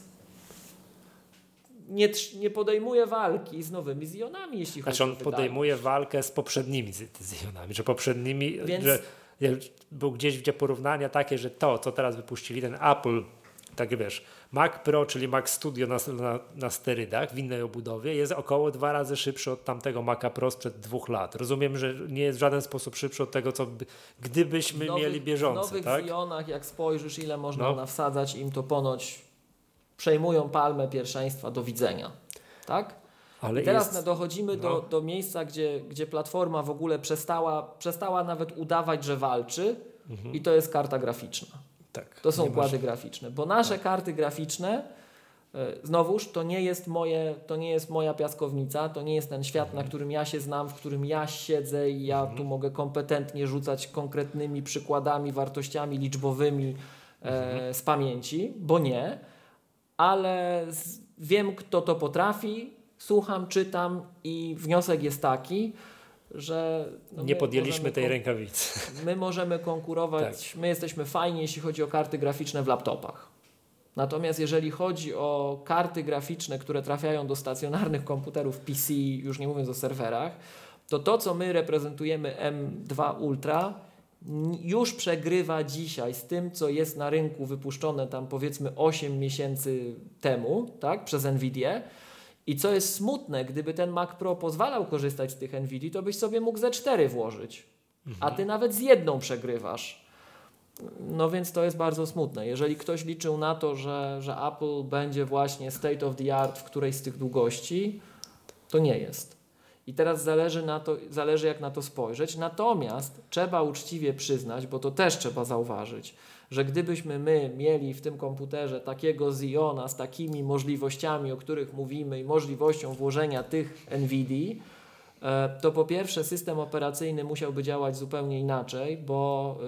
nie podejmuje walki z nowymi Xeonami, jeśli chodzi o on podejmuje walkę z poprzednimi Xeonami, że poprzednimi, więc... że był gdzieś, gdzie porównania takie, że to, co teraz wypuścili, ten Apple, tak wiesz, Mac Pro, czyli Mac Studio na sterydach w innej obudowie, jest około 2 razy szybszy od tamtego Maca Pro sprzed 2 lat. Rozumiem, że nie jest w żaden sposób szybszy od tego, co gdybyśmy mieli bieżące. W nowych tak? Xeonach, jak spojrzysz, ile można nawsadzać, im to ponoć przejmują palmę pierwszeństwa, do widzenia. Tak? Ale i teraz dochodzimy do miejsca, gdzie platforma w ogóle przestała nawet udawać, że walczy i to jest karta graficzna. Tak, to są układy graficzne, bo nasze karty graficzne, znowuż, to nie jest moja piaskownica, to nie jest ten świat, na którym ja się znam, w którym ja siedzę i ja tu mogę kompetentnie rzucać konkretnymi przykładami, wartościami liczbowymi z pamięci, bo nie, ale wiem, kto to potrafi, słucham, czytam i wniosek jest taki, że nie podjęliśmy tej rękawicy. My możemy konkurować, my jesteśmy fajni, jeśli chodzi o karty graficzne w laptopach. Natomiast jeżeli chodzi o karty graficzne, które trafiają do stacjonarnych komputerów PC, już nie mówiąc o serwerach, to co my reprezentujemy M2 Ultra już przegrywa dzisiaj z tym, co jest na rynku wypuszczone tam powiedzmy 8 miesięcy temu, tak, przez Nvidię. I co jest smutne, gdyby ten Mac Pro pozwalał korzystać z tych NVIDII, to byś sobie mógł ze 4 włożyć, a ty nawet z jedną przegrywasz. No więc to jest bardzo smutne. Jeżeli ktoś liczył na to, że Apple będzie właśnie state of the art w którejś z tych długości, to nie jest. I teraz zależy jak na to spojrzeć. Natomiast trzeba uczciwie przyznać, bo to też trzeba zauważyć, że gdybyśmy my mieli w tym komputerze takiego Xeona z takimi możliwościami, o których mówimy i możliwością włożenia tych NVIDII, to po pierwsze system operacyjny musiałby działać zupełnie inaczej, bo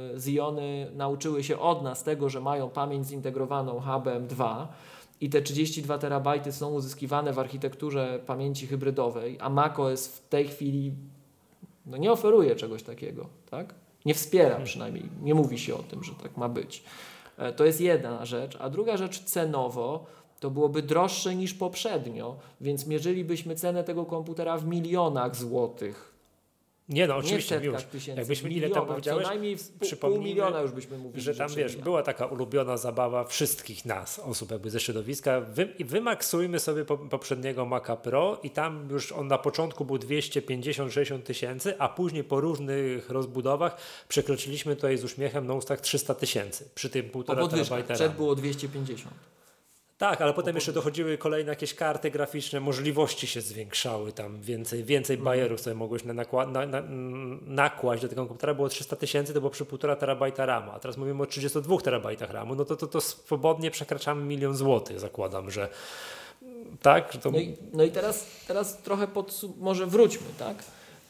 Xeony nauczyły się od nas tego, że mają pamięć zintegrowaną HBM2 i te 32 terabajty są uzyskiwane w architekturze pamięci hybrydowej, a macOS w tej chwili nie oferuje czegoś takiego, tak? Nie wspiera przynajmniej, nie mówi się o tym, że tak ma być. To jest jedna rzecz, a druga rzecz cenowo to byłoby droższe niż poprzednio, więc mierzylibyśmy cenę tego komputera w milionach złotych. Nie no, oczywiście, nie w setkach tysięcy, jakbyśmy ile tam powiedziałeś, co najmniej pół miliona już byśmy mówili. Że tam była taka ulubiona zabawa wszystkich nas, osób jakby ze środowiska. Wymaksujmy sobie poprzedniego Maca Pro i tam już on na początku był 250-60 tysięcy, a później po różnych rozbudowach przekroczyliśmy tutaj z uśmiechem na ustach 300 tysięcy przy tym 1,5 terabajta. Przed było 250. Tak, ale potem jeszcze dochodziły kolejne jakieś karty graficzne, możliwości się zwiększały, tam więcej bajerów sobie mogłeś nakłaść do tego komputera, było 300 tysięcy, to było przy 1,5 terabajta RAMu, a teraz mówimy o 32 terabajtach RAMu, no to swobodnie przekraczamy 1 000 000 złotych, zakładam, że tak. Że to... No i teraz trochę może wróćmy, tak,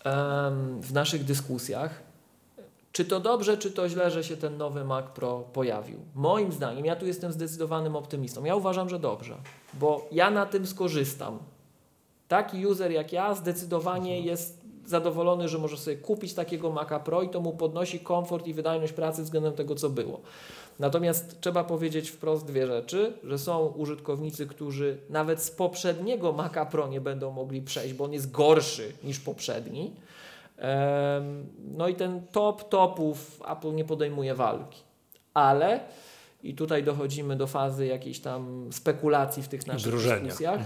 w naszych dyskusjach. Czy to dobrze, czy to źle, że się ten nowy Mac Pro pojawił? Moim zdaniem, ja tu jestem zdecydowanym optymistą. Ja uważam, że dobrze, bo ja na tym skorzystam. Taki user jak ja zdecydowanie jest zadowolony, że może sobie kupić takiego Maca Pro i to mu podnosi komfort i wydajność pracy względem tego, co było. Natomiast trzeba powiedzieć wprost dwie rzeczy, że są użytkownicy, którzy nawet z poprzedniego Maca Pro nie będą mogli przejść, bo on jest gorszy niż poprzedni. No i ten topów Apple nie podejmuje walki. Ale, i tutaj dochodzimy do fazy jakiejś tam spekulacji w tych naszych dyskusjach,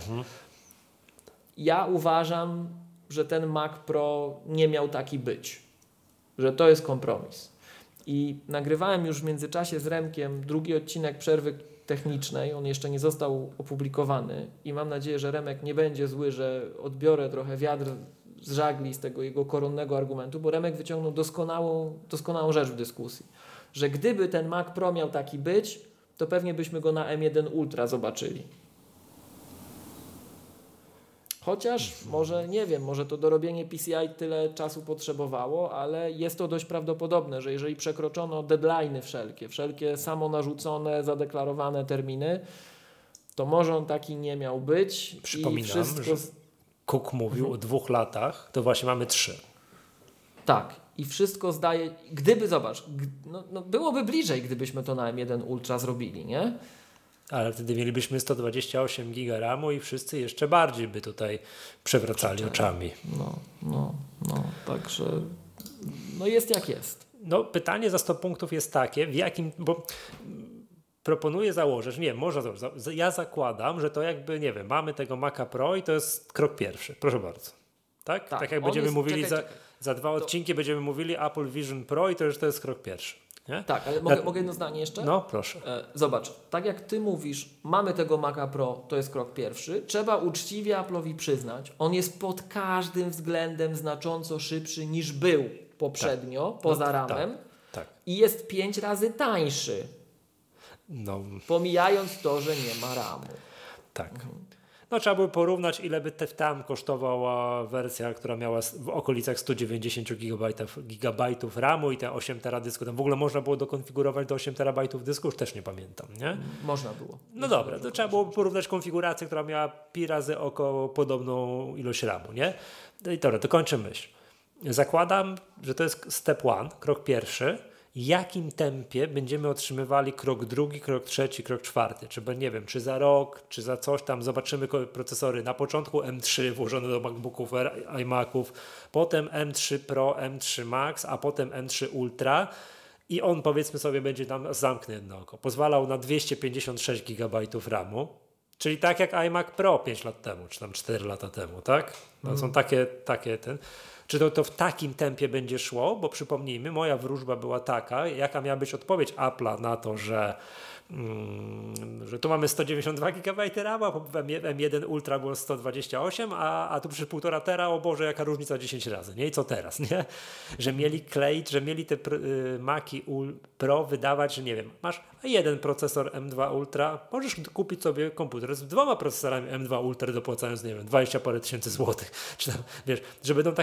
ja uważam, że ten Mac Pro nie miał taki być. Że to jest kompromis. I nagrywałem już w międzyczasie z Remkiem drugi odcinek przerwy technicznej, on jeszcze nie został opublikowany i mam nadzieję, że Remek nie będzie zły, że odbiorę trochę wiatr z żagli z tego jego koronnego argumentu, bo Remek wyciągnął doskonałą rzecz w dyskusji, że gdyby ten Mac Pro miał taki być, to pewnie byśmy go na M1 Ultra zobaczyli. Chociaż może, nie wiem, może to dorobienie PCI tyle czasu potrzebowało, ale jest to dość prawdopodobne, że jeżeli przekroczono deadline'y wszelkie samonarzucone, zadeklarowane terminy, to może on taki nie miał być. Przypominam, że Cook mówił o 2 latach, to właśnie mamy 3. Tak. I wszystko zdaje, gdyby, zobacz, byłoby bliżej, gdybyśmy to na M1 Ultra zrobili, nie? Ale wtedy mielibyśmy 128 GB RAMu i wszyscy jeszcze bardziej by tutaj przewracali oczami. Także jest jak jest. No pytanie za 100 punktów jest takie, w jakim, bo proponuję założyć, nie, może ja zakładam, że to jakby, nie wiem, mamy tego Maca Pro i to jest krok pierwszy, proszę bardzo. Tak? Tak jak będziemy mówili za 2 odcinki będziemy mówili Apple Vision Pro i to już to jest krok pierwszy. Nie? Tak, ale mogę jedno zdanie jeszcze? No, proszę. Zobacz, tak jak ty mówisz, mamy tego Maca Pro, to jest krok pierwszy, trzeba uczciwie Apple'owi przyznać, on jest pod każdym względem znacząco szybszy niż był poprzednio, poza ramem tak. I jest 5 razy tańszy. No. Pomijając to, że nie ma ramu. Tak. No trzeba by porównać, ile by tam kosztowała wersja, która miała w okolicach 190 GB RAMu i te 8 tera dysku. Tam w ogóle można było dokonfigurować do 8 terabajtów dysku, już też nie pamiętam, nie? Można było. No dobra, to trzeba było porównać konfigurację, która miała pi razy około podobną ilość RAMu, nie? No i dobra, to kończę myśl. Zakładam, że to jest step 1, krok pierwszy. Jakim tempie będziemy otrzymywali krok drugi, krok trzeci, krok czwarty. Czy nie wiem, czy za rok, czy za coś tam zobaczymy procesory. Na początku M3 włożone do MacBooków, iMaców, potem M3 Pro, M3 Max, a potem M3 Ultra i on powiedzmy sobie będzie tam zamknę jedno oko. Pozwalał na 256 GB RAMu, czyli tak jak iMac Pro 5 lat temu, czy tam 4 lata temu, tak? No, są takie Czy to w takim tempie będzie szło? Bo przypomnijmy, moja wróżba była taka, jaka miała być odpowiedź Apple'a na to, że tu mamy 192 GB RAM, a M1 Ultra było 128, a tu przy 1,5 tera, o Boże, jaka różnica 10 razy, nie? I co teraz, nie? Że mieli kleić, że mieli te Maci Pro wydawać, że nie wiem, masz jeden procesor M2 Ultra, możesz kupić sobie komputer z 2 procesorami M2 Ultra, dopłacając, nie wiem, 20 parę tysięcy złotych. Czy tam, wiesz, że będą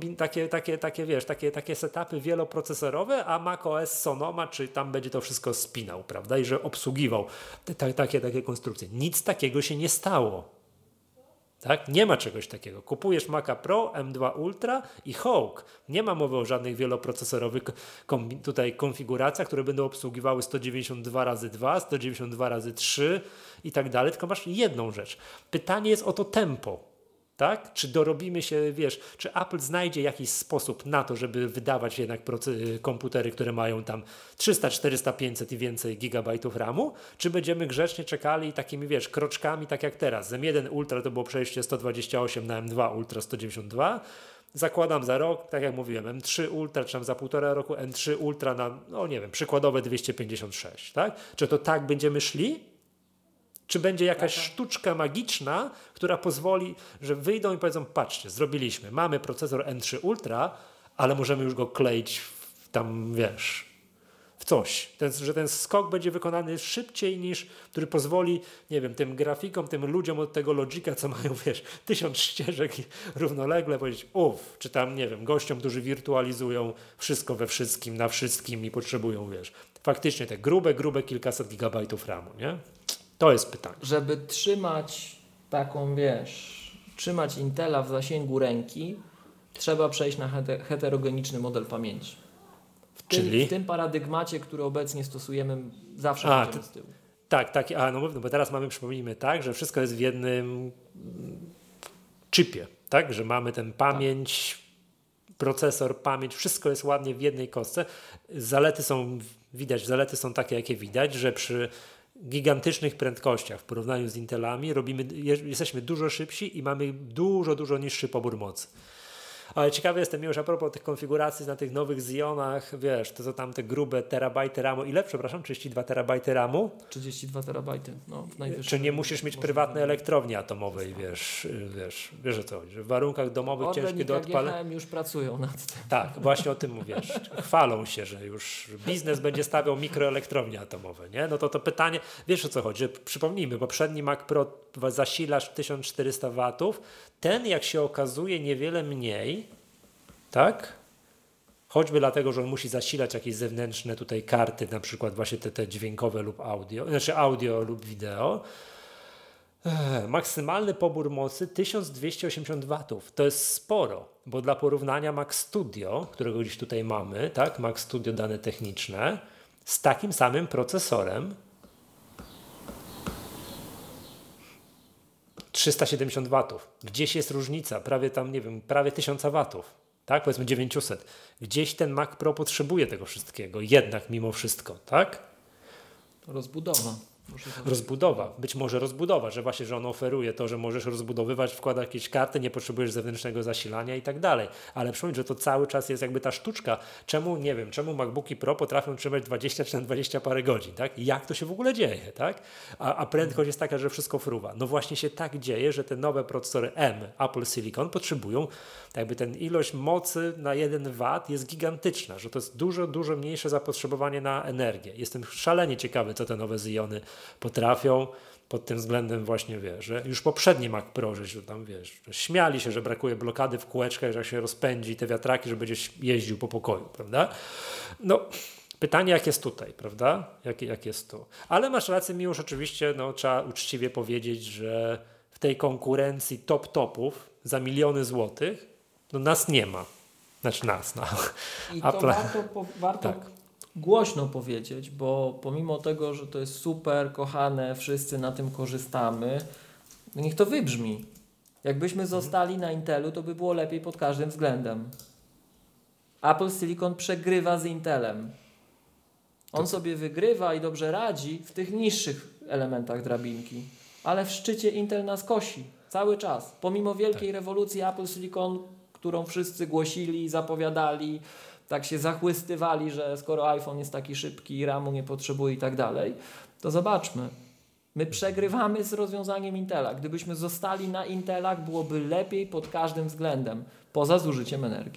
takie setupy wieloprocesorowe, a macOS Sonoma, czy tam będzie to wszystko spinał, prawda? I że obsługiwał takie konstrukcje. Nic takiego się nie stało. Tak? Nie ma czegoś takiego. Kupujesz Maca Pro, M2 Ultra i Hawk. Nie ma mowy o żadnych wieloprocesorowych konfiguracjach, które będą obsługiwały 192 razy 2, 192 razy 3 i tak dalej, tylko masz jedną rzecz. Pytanie jest o to tempo. Tak? Czy dorobimy się, wiesz, czy Apple znajdzie jakiś sposób na to, żeby wydawać jednak komputery, które mają tam 300, 400, 500 i więcej gigabajtów RAMu, czy będziemy grzecznie czekali takimi, wiesz, kroczkami, tak jak teraz. Z M1 Ultra to było przejście 128 na M2 Ultra 192. Zakładam za rok, tak jak mówiłem, M3 Ultra, czy tam za 1,5 roku M3 Ultra na, no nie wiem, przykładowe 256, tak? Czy to tak będziemy szli? Czy będzie jakaś sztuczka magiczna, która pozwoli, że wyjdą i powiedzą, patrzcie, zrobiliśmy, mamy procesor M3 Ultra, ale możemy już go kleić tam, wiesz, w coś. Że ten skok będzie wykonany szybciej niż, który pozwoli, nie wiem, tym grafikom, tym ludziom od tego Logica, co mają, wiesz, 1000 ścieżek równolegle, powiedzieć, czy tam, nie wiem, gościom, którzy wirtualizują wszystko we wszystkim, na wszystkim i potrzebują, wiesz, faktycznie te grube kilkaset gigabajtów RAMu, nie? To jest pytanie. Żeby trzymać taką, trzymać Intela w zasięgu ręki, trzeba przejść na heterogeniczny model pamięci. W tym paradygmacie, który obecnie stosujemy, zawsze będziemy z tyłu. Tak, no bo teraz przypomnijmy tak, że wszystko jest w jednym chipie, tak, że mamy ten pamięć, procesor, pamięć, wszystko jest ładnie w jednej kostce. Zalety są takie, jakie widać, że przy gigantycznych prędkościach w porównaniu z Intelami jesteśmy dużo szybsi i mamy dużo niższy pobór mocy. Ale ciekawy jestem już a propos tych konfiguracji na tych nowych Xeonach, wiesz, to są tam te grube terabajty RAMu. Ile, przepraszam, 32 terabajty RAMu? 32 terabajty. No, w najwyższym. Czy nie musisz mieć prywatnej elektrowni atomowej, wiesz o co chodzi, że w warunkach domowych ciężkie do odpalenia. GHM już pracują nad tym. Tak, właśnie o tym mówię. Chwalą się, że już biznes będzie stawiał mikroelektrownie atomowe, nie? No to pytanie, wiesz o co chodzi, przypomnijmy, poprzedni Mac Pro zasilacz 1400 watów, ten jak się okazuje niewiele mniej, tak? Choćby dlatego, że on musi zasilać jakieś zewnętrzne tutaj karty, na przykład właśnie te dźwiękowe lub audio, znaczy audio lub wideo. Maksymalny pobór mocy 1280 watów. To jest sporo, bo dla porównania Mac Studio, którego gdzieś tutaj mamy, tak? Mac Studio dane techniczne, z takim samym procesorem 370 watów. Gdzieś jest różnica, prawie tam, nie wiem, prawie 1000 watów. Tak, powiedzmy 900. Gdzieś ten Mac Pro potrzebuje tego wszystkiego, jednak mimo wszystko, tak? Rozbudowa. Rozbudowa, być może rozbudowa, że właśnie, że on oferuje to, że możesz rozbudowywać, wkładać jakieś karty, nie potrzebujesz zewnętrznego zasilania i tak dalej. Ale przypomnij, że to cały czas jest jakby ta sztuczka. Czemu, nie wiem, czemu MacBooki Pro potrafią trzymać 20 czy 20 parę godzin, tak? I jak to się w ogóle dzieje, tak? A prędkość jest taka, że wszystko fruwa. No właśnie się tak dzieje, że te nowe procesory M, Apple Silicon potrzebują, jakby ten ilość mocy na 1 W jest gigantyczna, że to jest dużo mniejsze zapotrzebowanie na energię. Jestem szalenie ciekawy, co te nowe Xeony potrafią pod tym względem właśnie, wiesz, że już poprzedni Mac Pro, że tam, wiesz, że śmiali się, że brakuje blokady w kółeczkach, że jak się rozpędzi te wiatraki, że będziesz jeździł po pokoju, prawda? No, pytanie jak jest tutaj, prawda? Jak jest tu. Ale masz rację, Miłosz, oczywiście, no, trzeba uczciwie powiedzieć, że w tej konkurencji topów za miliony złotych, no nas nie ma. Znaczy nas, no. I to warto tak. Głośno powiedzieć, bo pomimo tego, że to jest super, kochane, wszyscy na tym korzystamy, no niech to wybrzmi. Jakbyśmy zostali na Intelu, to by było lepiej pod każdym względem. Apple Silicon przegrywa z Intelem. On sobie wygrywa i dobrze radzi w tych niższych elementach drabinki, ale w szczycie Intel nas kosi cały czas. Pomimo wielkiej rewolucji Apple Silicon, którą wszyscy głosili, zapowiadali, tak się zachłystywali, że skoro iPhone jest taki szybki, RAMu nie potrzebuje i tak dalej, to zobaczmy. My przegrywamy z rozwiązaniem Intela. Gdybyśmy zostali na Intelach, byłoby lepiej pod każdym względem, poza zużyciem energii.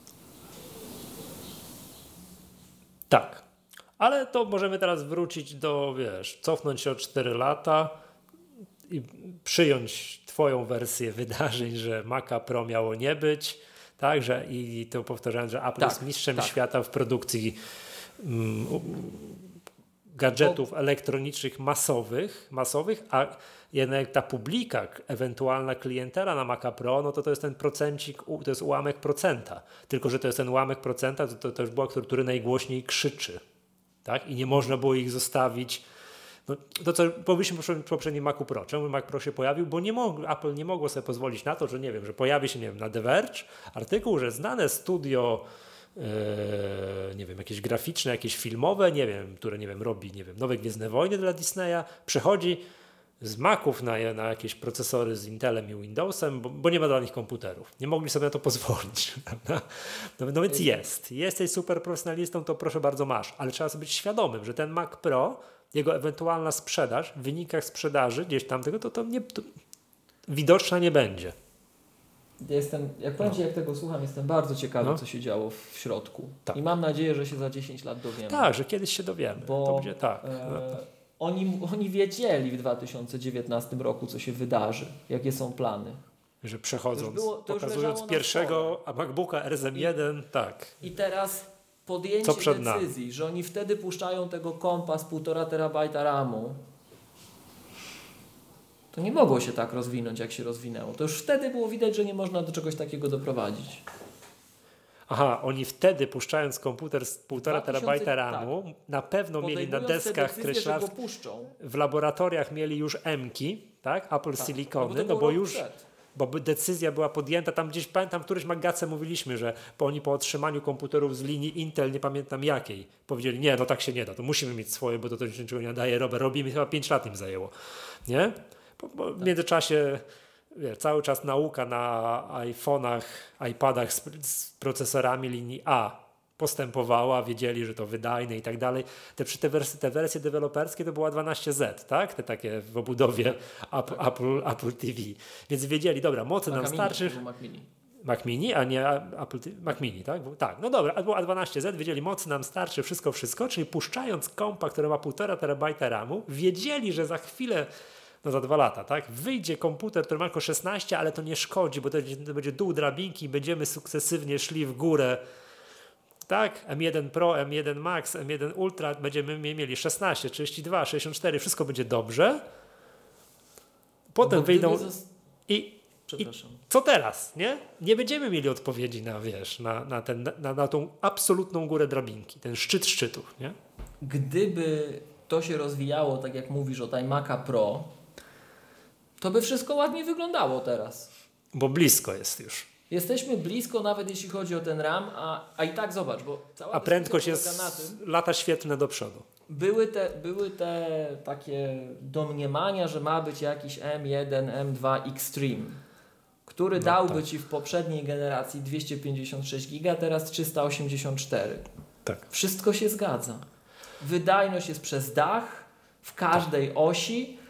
Tak, ale to możemy teraz wrócić do, wiesz, cofnąć się o 4 lata i przyjąć twoją wersję wydarzeń, że Maca Pro miało nie być, tak, że i to powtarzając, że Apple jest mistrzem świata w produkcji gadżetów elektronicznych masowych, a jednak ta publika, ewentualna klientela na Maca Pro, no to jest ten procencik, to jest ułamek procenta. Tylko że to jest ten ułamek procenta, to już była, który najgłośniej krzyczy. Tak? I nie można było ich zostawić. No, to co powiedzieliśmy w poprzednim Macu Pro. Czemu Mac Pro się pojawił? Bo Apple nie mogło sobie pozwolić na to, że nie wiem, że pojawi się, nie wiem, na The Verge artykuł, że znane studio nie wiem, jakieś graficzne, jakieś filmowe, nie wiem, które, nie wiem, robi, nie wiem, nowe Gwiezdne Wojny dla Disneya, przechodzi z Maców na jakieś procesory z Intelem i Windowsem, bo nie ma dla nich komputerów. Nie mogli sobie na to pozwolić. No więc jesteś super profesjonalistą, to proszę bardzo masz, ale trzeba sobie być świadomym, że ten Mac Pro, jego ewentualna sprzedaż, w wynikach sprzedaży gdzieś tam tego, to widoczna nie będzie. Jak tego słucham, jestem bardzo ciekawy, co się działo w środku. Tak. I mam nadzieję, że się za 10 lat dowiemy. Tak, że kiedyś się dowiemy. Bo to będzie tak. Oni wiedzieli w 2019 roku, co się wydarzy, jakie są plany. Że przechodząc, pokazując pierwszego MacBooka RZM1, tak. I teraz podjęcie decyzji, że oni wtedy puszczają tego kompa z 1,5 terabajta RAMu, to nie mogło się tak rozwinąć, jak się rozwinęło. To już wtedy było widać, że nie można do czegoś takiego doprowadzić. Aha, oni wtedy puszczając komputer z 1,5 terabajta RAMu, na pewno mieli na deskach kreślarskich, w laboratoriach mieli już M-ki, tak? Apple Silicony, bo decyzja była podjęta, tam gdzieś pamiętam, któryś magace mówiliśmy, że oni po otrzymaniu komputerów z linii Intel, nie pamiętam jakiej, powiedzieli, nie, no tak się nie da, to musimy mieć swoje, bo to niczego nie daje, robimy, chyba 5 lat im zajęło, nie? Bo w międzyczasie cały czas nauka na iPhone'ach, iPadach z procesorami linii A postępowała, wiedzieli, że to wydajne i tak dalej. Te wersje deweloperskie to była 12Z, tak? Te takie w obudowie Apple TV. Więc wiedzieli, dobra, mocy nam starczy. Mac Mini, a nie Apple TV, Mac Mini, tak? Tak, no dobra, a była 12Z, wiedzieli, mocy nam starczy, wszystko, czyli puszczając kompa, który ma 1,5 terabajta RAMu, wiedzieli, że za chwilę, no za 2 lata, tak? Wyjdzie komputer, który ma tylko 16, ale to nie szkodzi, bo to będzie dół drabinki i będziemy sukcesywnie szli w górę. Tak, M1 Pro, M1 Max, M1 Ultra, będziemy mieli 16, 32, 64, wszystko będzie dobrze. Potem wyjdą i co teraz, nie? Nie będziemy mieli odpowiedzi na, wiesz, na tą absolutną górę drabinki, ten szczyt szczytów, nie? Gdyby to się rozwijało, tak jak mówisz od iMac'a Pro, to by wszystko ładnie wyglądało teraz. Bo blisko jest już. Jesteśmy blisko, nawet jeśli chodzi o ten RAM, a i tak zobacz, bo cała prędkość jest na tym, lata świetlne do przodu. Były te takie domniemania, że ma być jakiś M1, M2 Extreme, który dałby Ci w poprzedniej generacji 256 GB, teraz 384. Tak. Wszystko się zgadza. Wydajność jest przez dach, w każdej osi.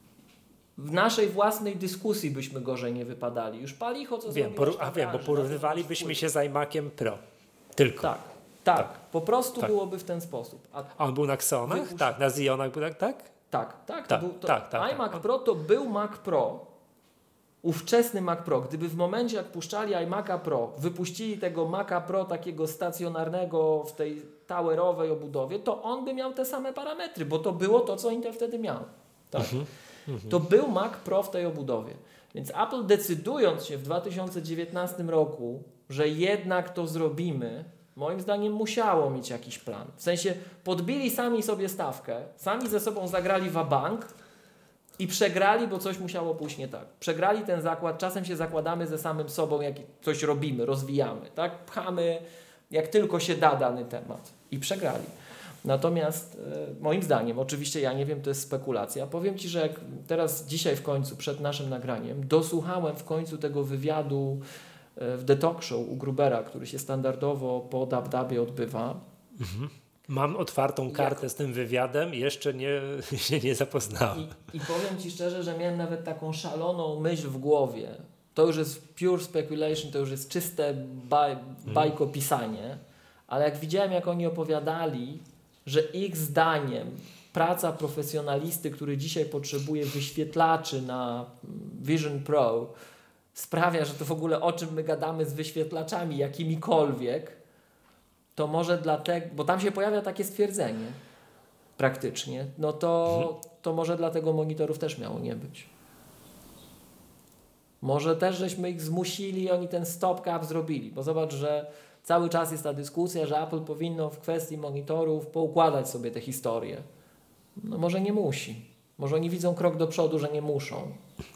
W naszej własnej dyskusji byśmy gorzej nie wypadali. Już palicho, co wiem, bo porównywalibyśmy się z iMaciem Pro. Tylko. Tak. Po prostu byłoby w ten sposób. A on był na Xeonach? Tak, na Xeonach był tak? Tak. iMac Pro to był Mac Pro. Ówczesny Mac Pro. Gdyby w momencie, jak puszczali iMac'a Pro, wypuścili tego Maca Pro takiego stacjonarnego w tej towerowej obudowie, to on by miał te same parametry, bo to było to, co Intel wtedy miał. Tak. To był Mac Pro w tej obudowie. Więc Apple, decydując się w 2019 roku, że jednak to zrobimy, moim zdaniem musiało mieć jakiś plan. W sensie podbili sami sobie stawkę, sami ze sobą zagrali wabank i przegrali, bo coś musiało pójść nie tak. Przegrali ten zakład, czasem się zakładamy ze samym sobą, jak coś robimy, rozwijamy, tak? Pchamy jak tylko się da dany temat i przegrali. Natomiast moim zdaniem, oczywiście ja nie wiem, to jest spekulacja, powiem Ci, że jak teraz dzisiaj w końcu, przed naszym nagraniem, dosłuchałem w końcu tego wywiadu w The Talk Show u Grubera, który się standardowo po Dabdabie odbywa. Mam otwartą kartę z tym wywiadem, jeszcze się nie zapoznałem. I powiem Ci szczerze, że miałem nawet taką szaloną myśl w głowie. To już jest pure speculation, to już jest czyste bajkopisanie, ale jak widziałem, jak oni opowiadali, że ich zdaniem praca profesjonalisty, który dzisiaj potrzebuje wyświetlaczy na Vision Pro, sprawia, że to w ogóle o czym my gadamy z wyświetlaczami jakimikolwiek, to może dlatego, bo tam się pojawia takie stwierdzenie praktycznie, no to może dlatego monitorów też miało nie być. Może też żeśmy ich zmusili i oni ten stopgap zrobili, bo zobacz, że cały czas jest ta dyskusja, że Apple powinno w kwestii monitorów poukładać sobie te historie. No może nie musi. Może oni widzą krok do przodu, że nie muszą.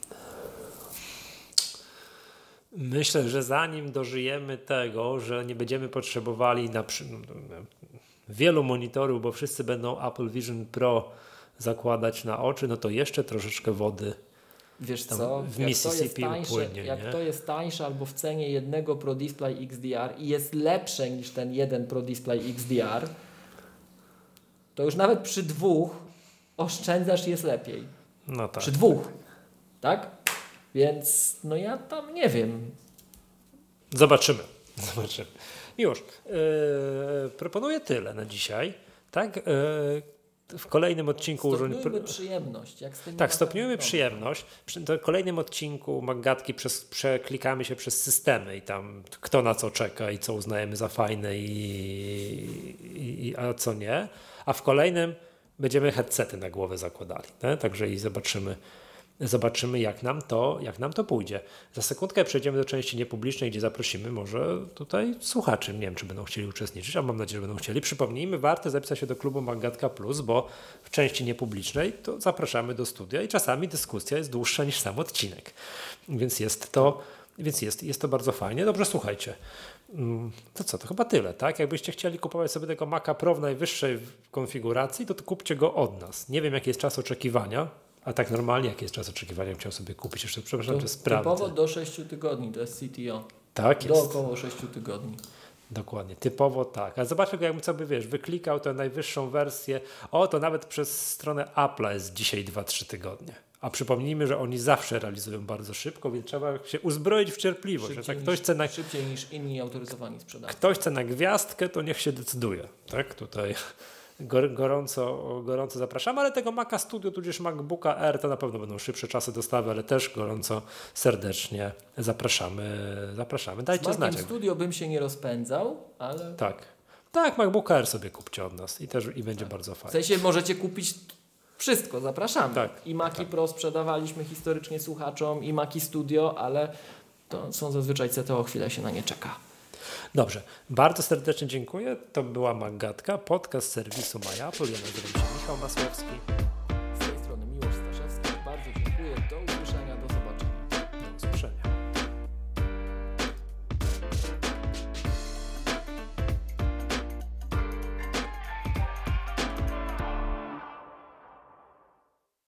Myślę, że zanim dożyjemy tego, że nie będziemy potrzebowali wielu monitorów, bo wszyscy będą Apple Vision Pro zakładać na oczy, no to jeszcze troszeczkę wody. Wiesz co, w Mississippi upłynie. Jak to jest tańsze albo w cenie jednego Pro Display XDR i jest lepsze niż ten jeden Pro Display XDR, to już nawet przy 2 oszczędzasz, jest lepiej. No tak. Przy 2, tak? Więc no ja tam nie wiem. Zobaczymy. Już. Proponuję tyle na dzisiaj. Tak? W kolejnym odcinku... Stopniujmy przyjemność. Jak z tymi stopniujmy przyjemność. W kolejnym odcinku Maggatki przeklikamy się przez systemy i tam kto na co czeka i co uznajemy za fajne a co nie. A w kolejnym będziemy headsety na głowę zakładali. Tak? Także i zobaczymy jak nam to pójdzie. Za sekundkę przejdziemy do części niepublicznej, gdzie zaprosimy może tutaj słuchaczy. Nie wiem, czy będą chcieli uczestniczyć, a mam nadzieję, że będą chcieli. Przypomnijmy, warto zapisać się do klubu Maggatka Plus, bo w części niepublicznej to zapraszamy do studia i czasami dyskusja jest dłuższa niż sam odcinek. Więc jest to bardzo fajnie. Dobrze, słuchajcie. To co, to chyba tyle, tak? Jakbyście chcieli kupować sobie tego Maca Pro w najwyższej konfiguracji, to kupcie go od nas. Nie wiem, jaki jest czas oczekiwania. A tak normalnie, jaki jest czas oczekiwania? Chciał sobie kupić jeszcze, przepraszam, że sprawdzę. Typowo do 6 tygodni, to jest CTO. Tak Do jest. około 6 tygodni. Dokładnie, typowo tak. A zobacz, jakbym sobie, wyklikał tę najwyższą wersję. To nawet przez stronę Apple'a jest dzisiaj 2-3 tygodnie. A przypomnijmy, że oni zawsze realizują bardzo szybko, więc trzeba się uzbroić w cierpliwość. Szybciej niż inni autoryzowani sprzedawcy. Ktoś chce na gwiazdkę, to niech się decyduje. Tak, tutaj gorąco zapraszamy, ale tego Maca Studio, tudzież MacBooka Air to na pewno będą szybsze czasy dostawy, ale też gorąco, serdecznie zapraszamy. Dajcie Z znać. Maciem Studio bym się nie rozpędzał, ale... Tak, MacBook Air sobie kupcie od nas i będzie bardzo W fajnie. sensie możecie kupić wszystko, zapraszamy. Tak, I Maci Pro sprzedawaliśmy historycznie słuchaczom, i Maci Studio, ale to są zazwyczaj CTO, chwilę się na nie czeka. Dobrze, bardzo serdecznie dziękuję. To była Maggatka, podcast serwisu MyApple. Ja nazywam się Michał Masłowski.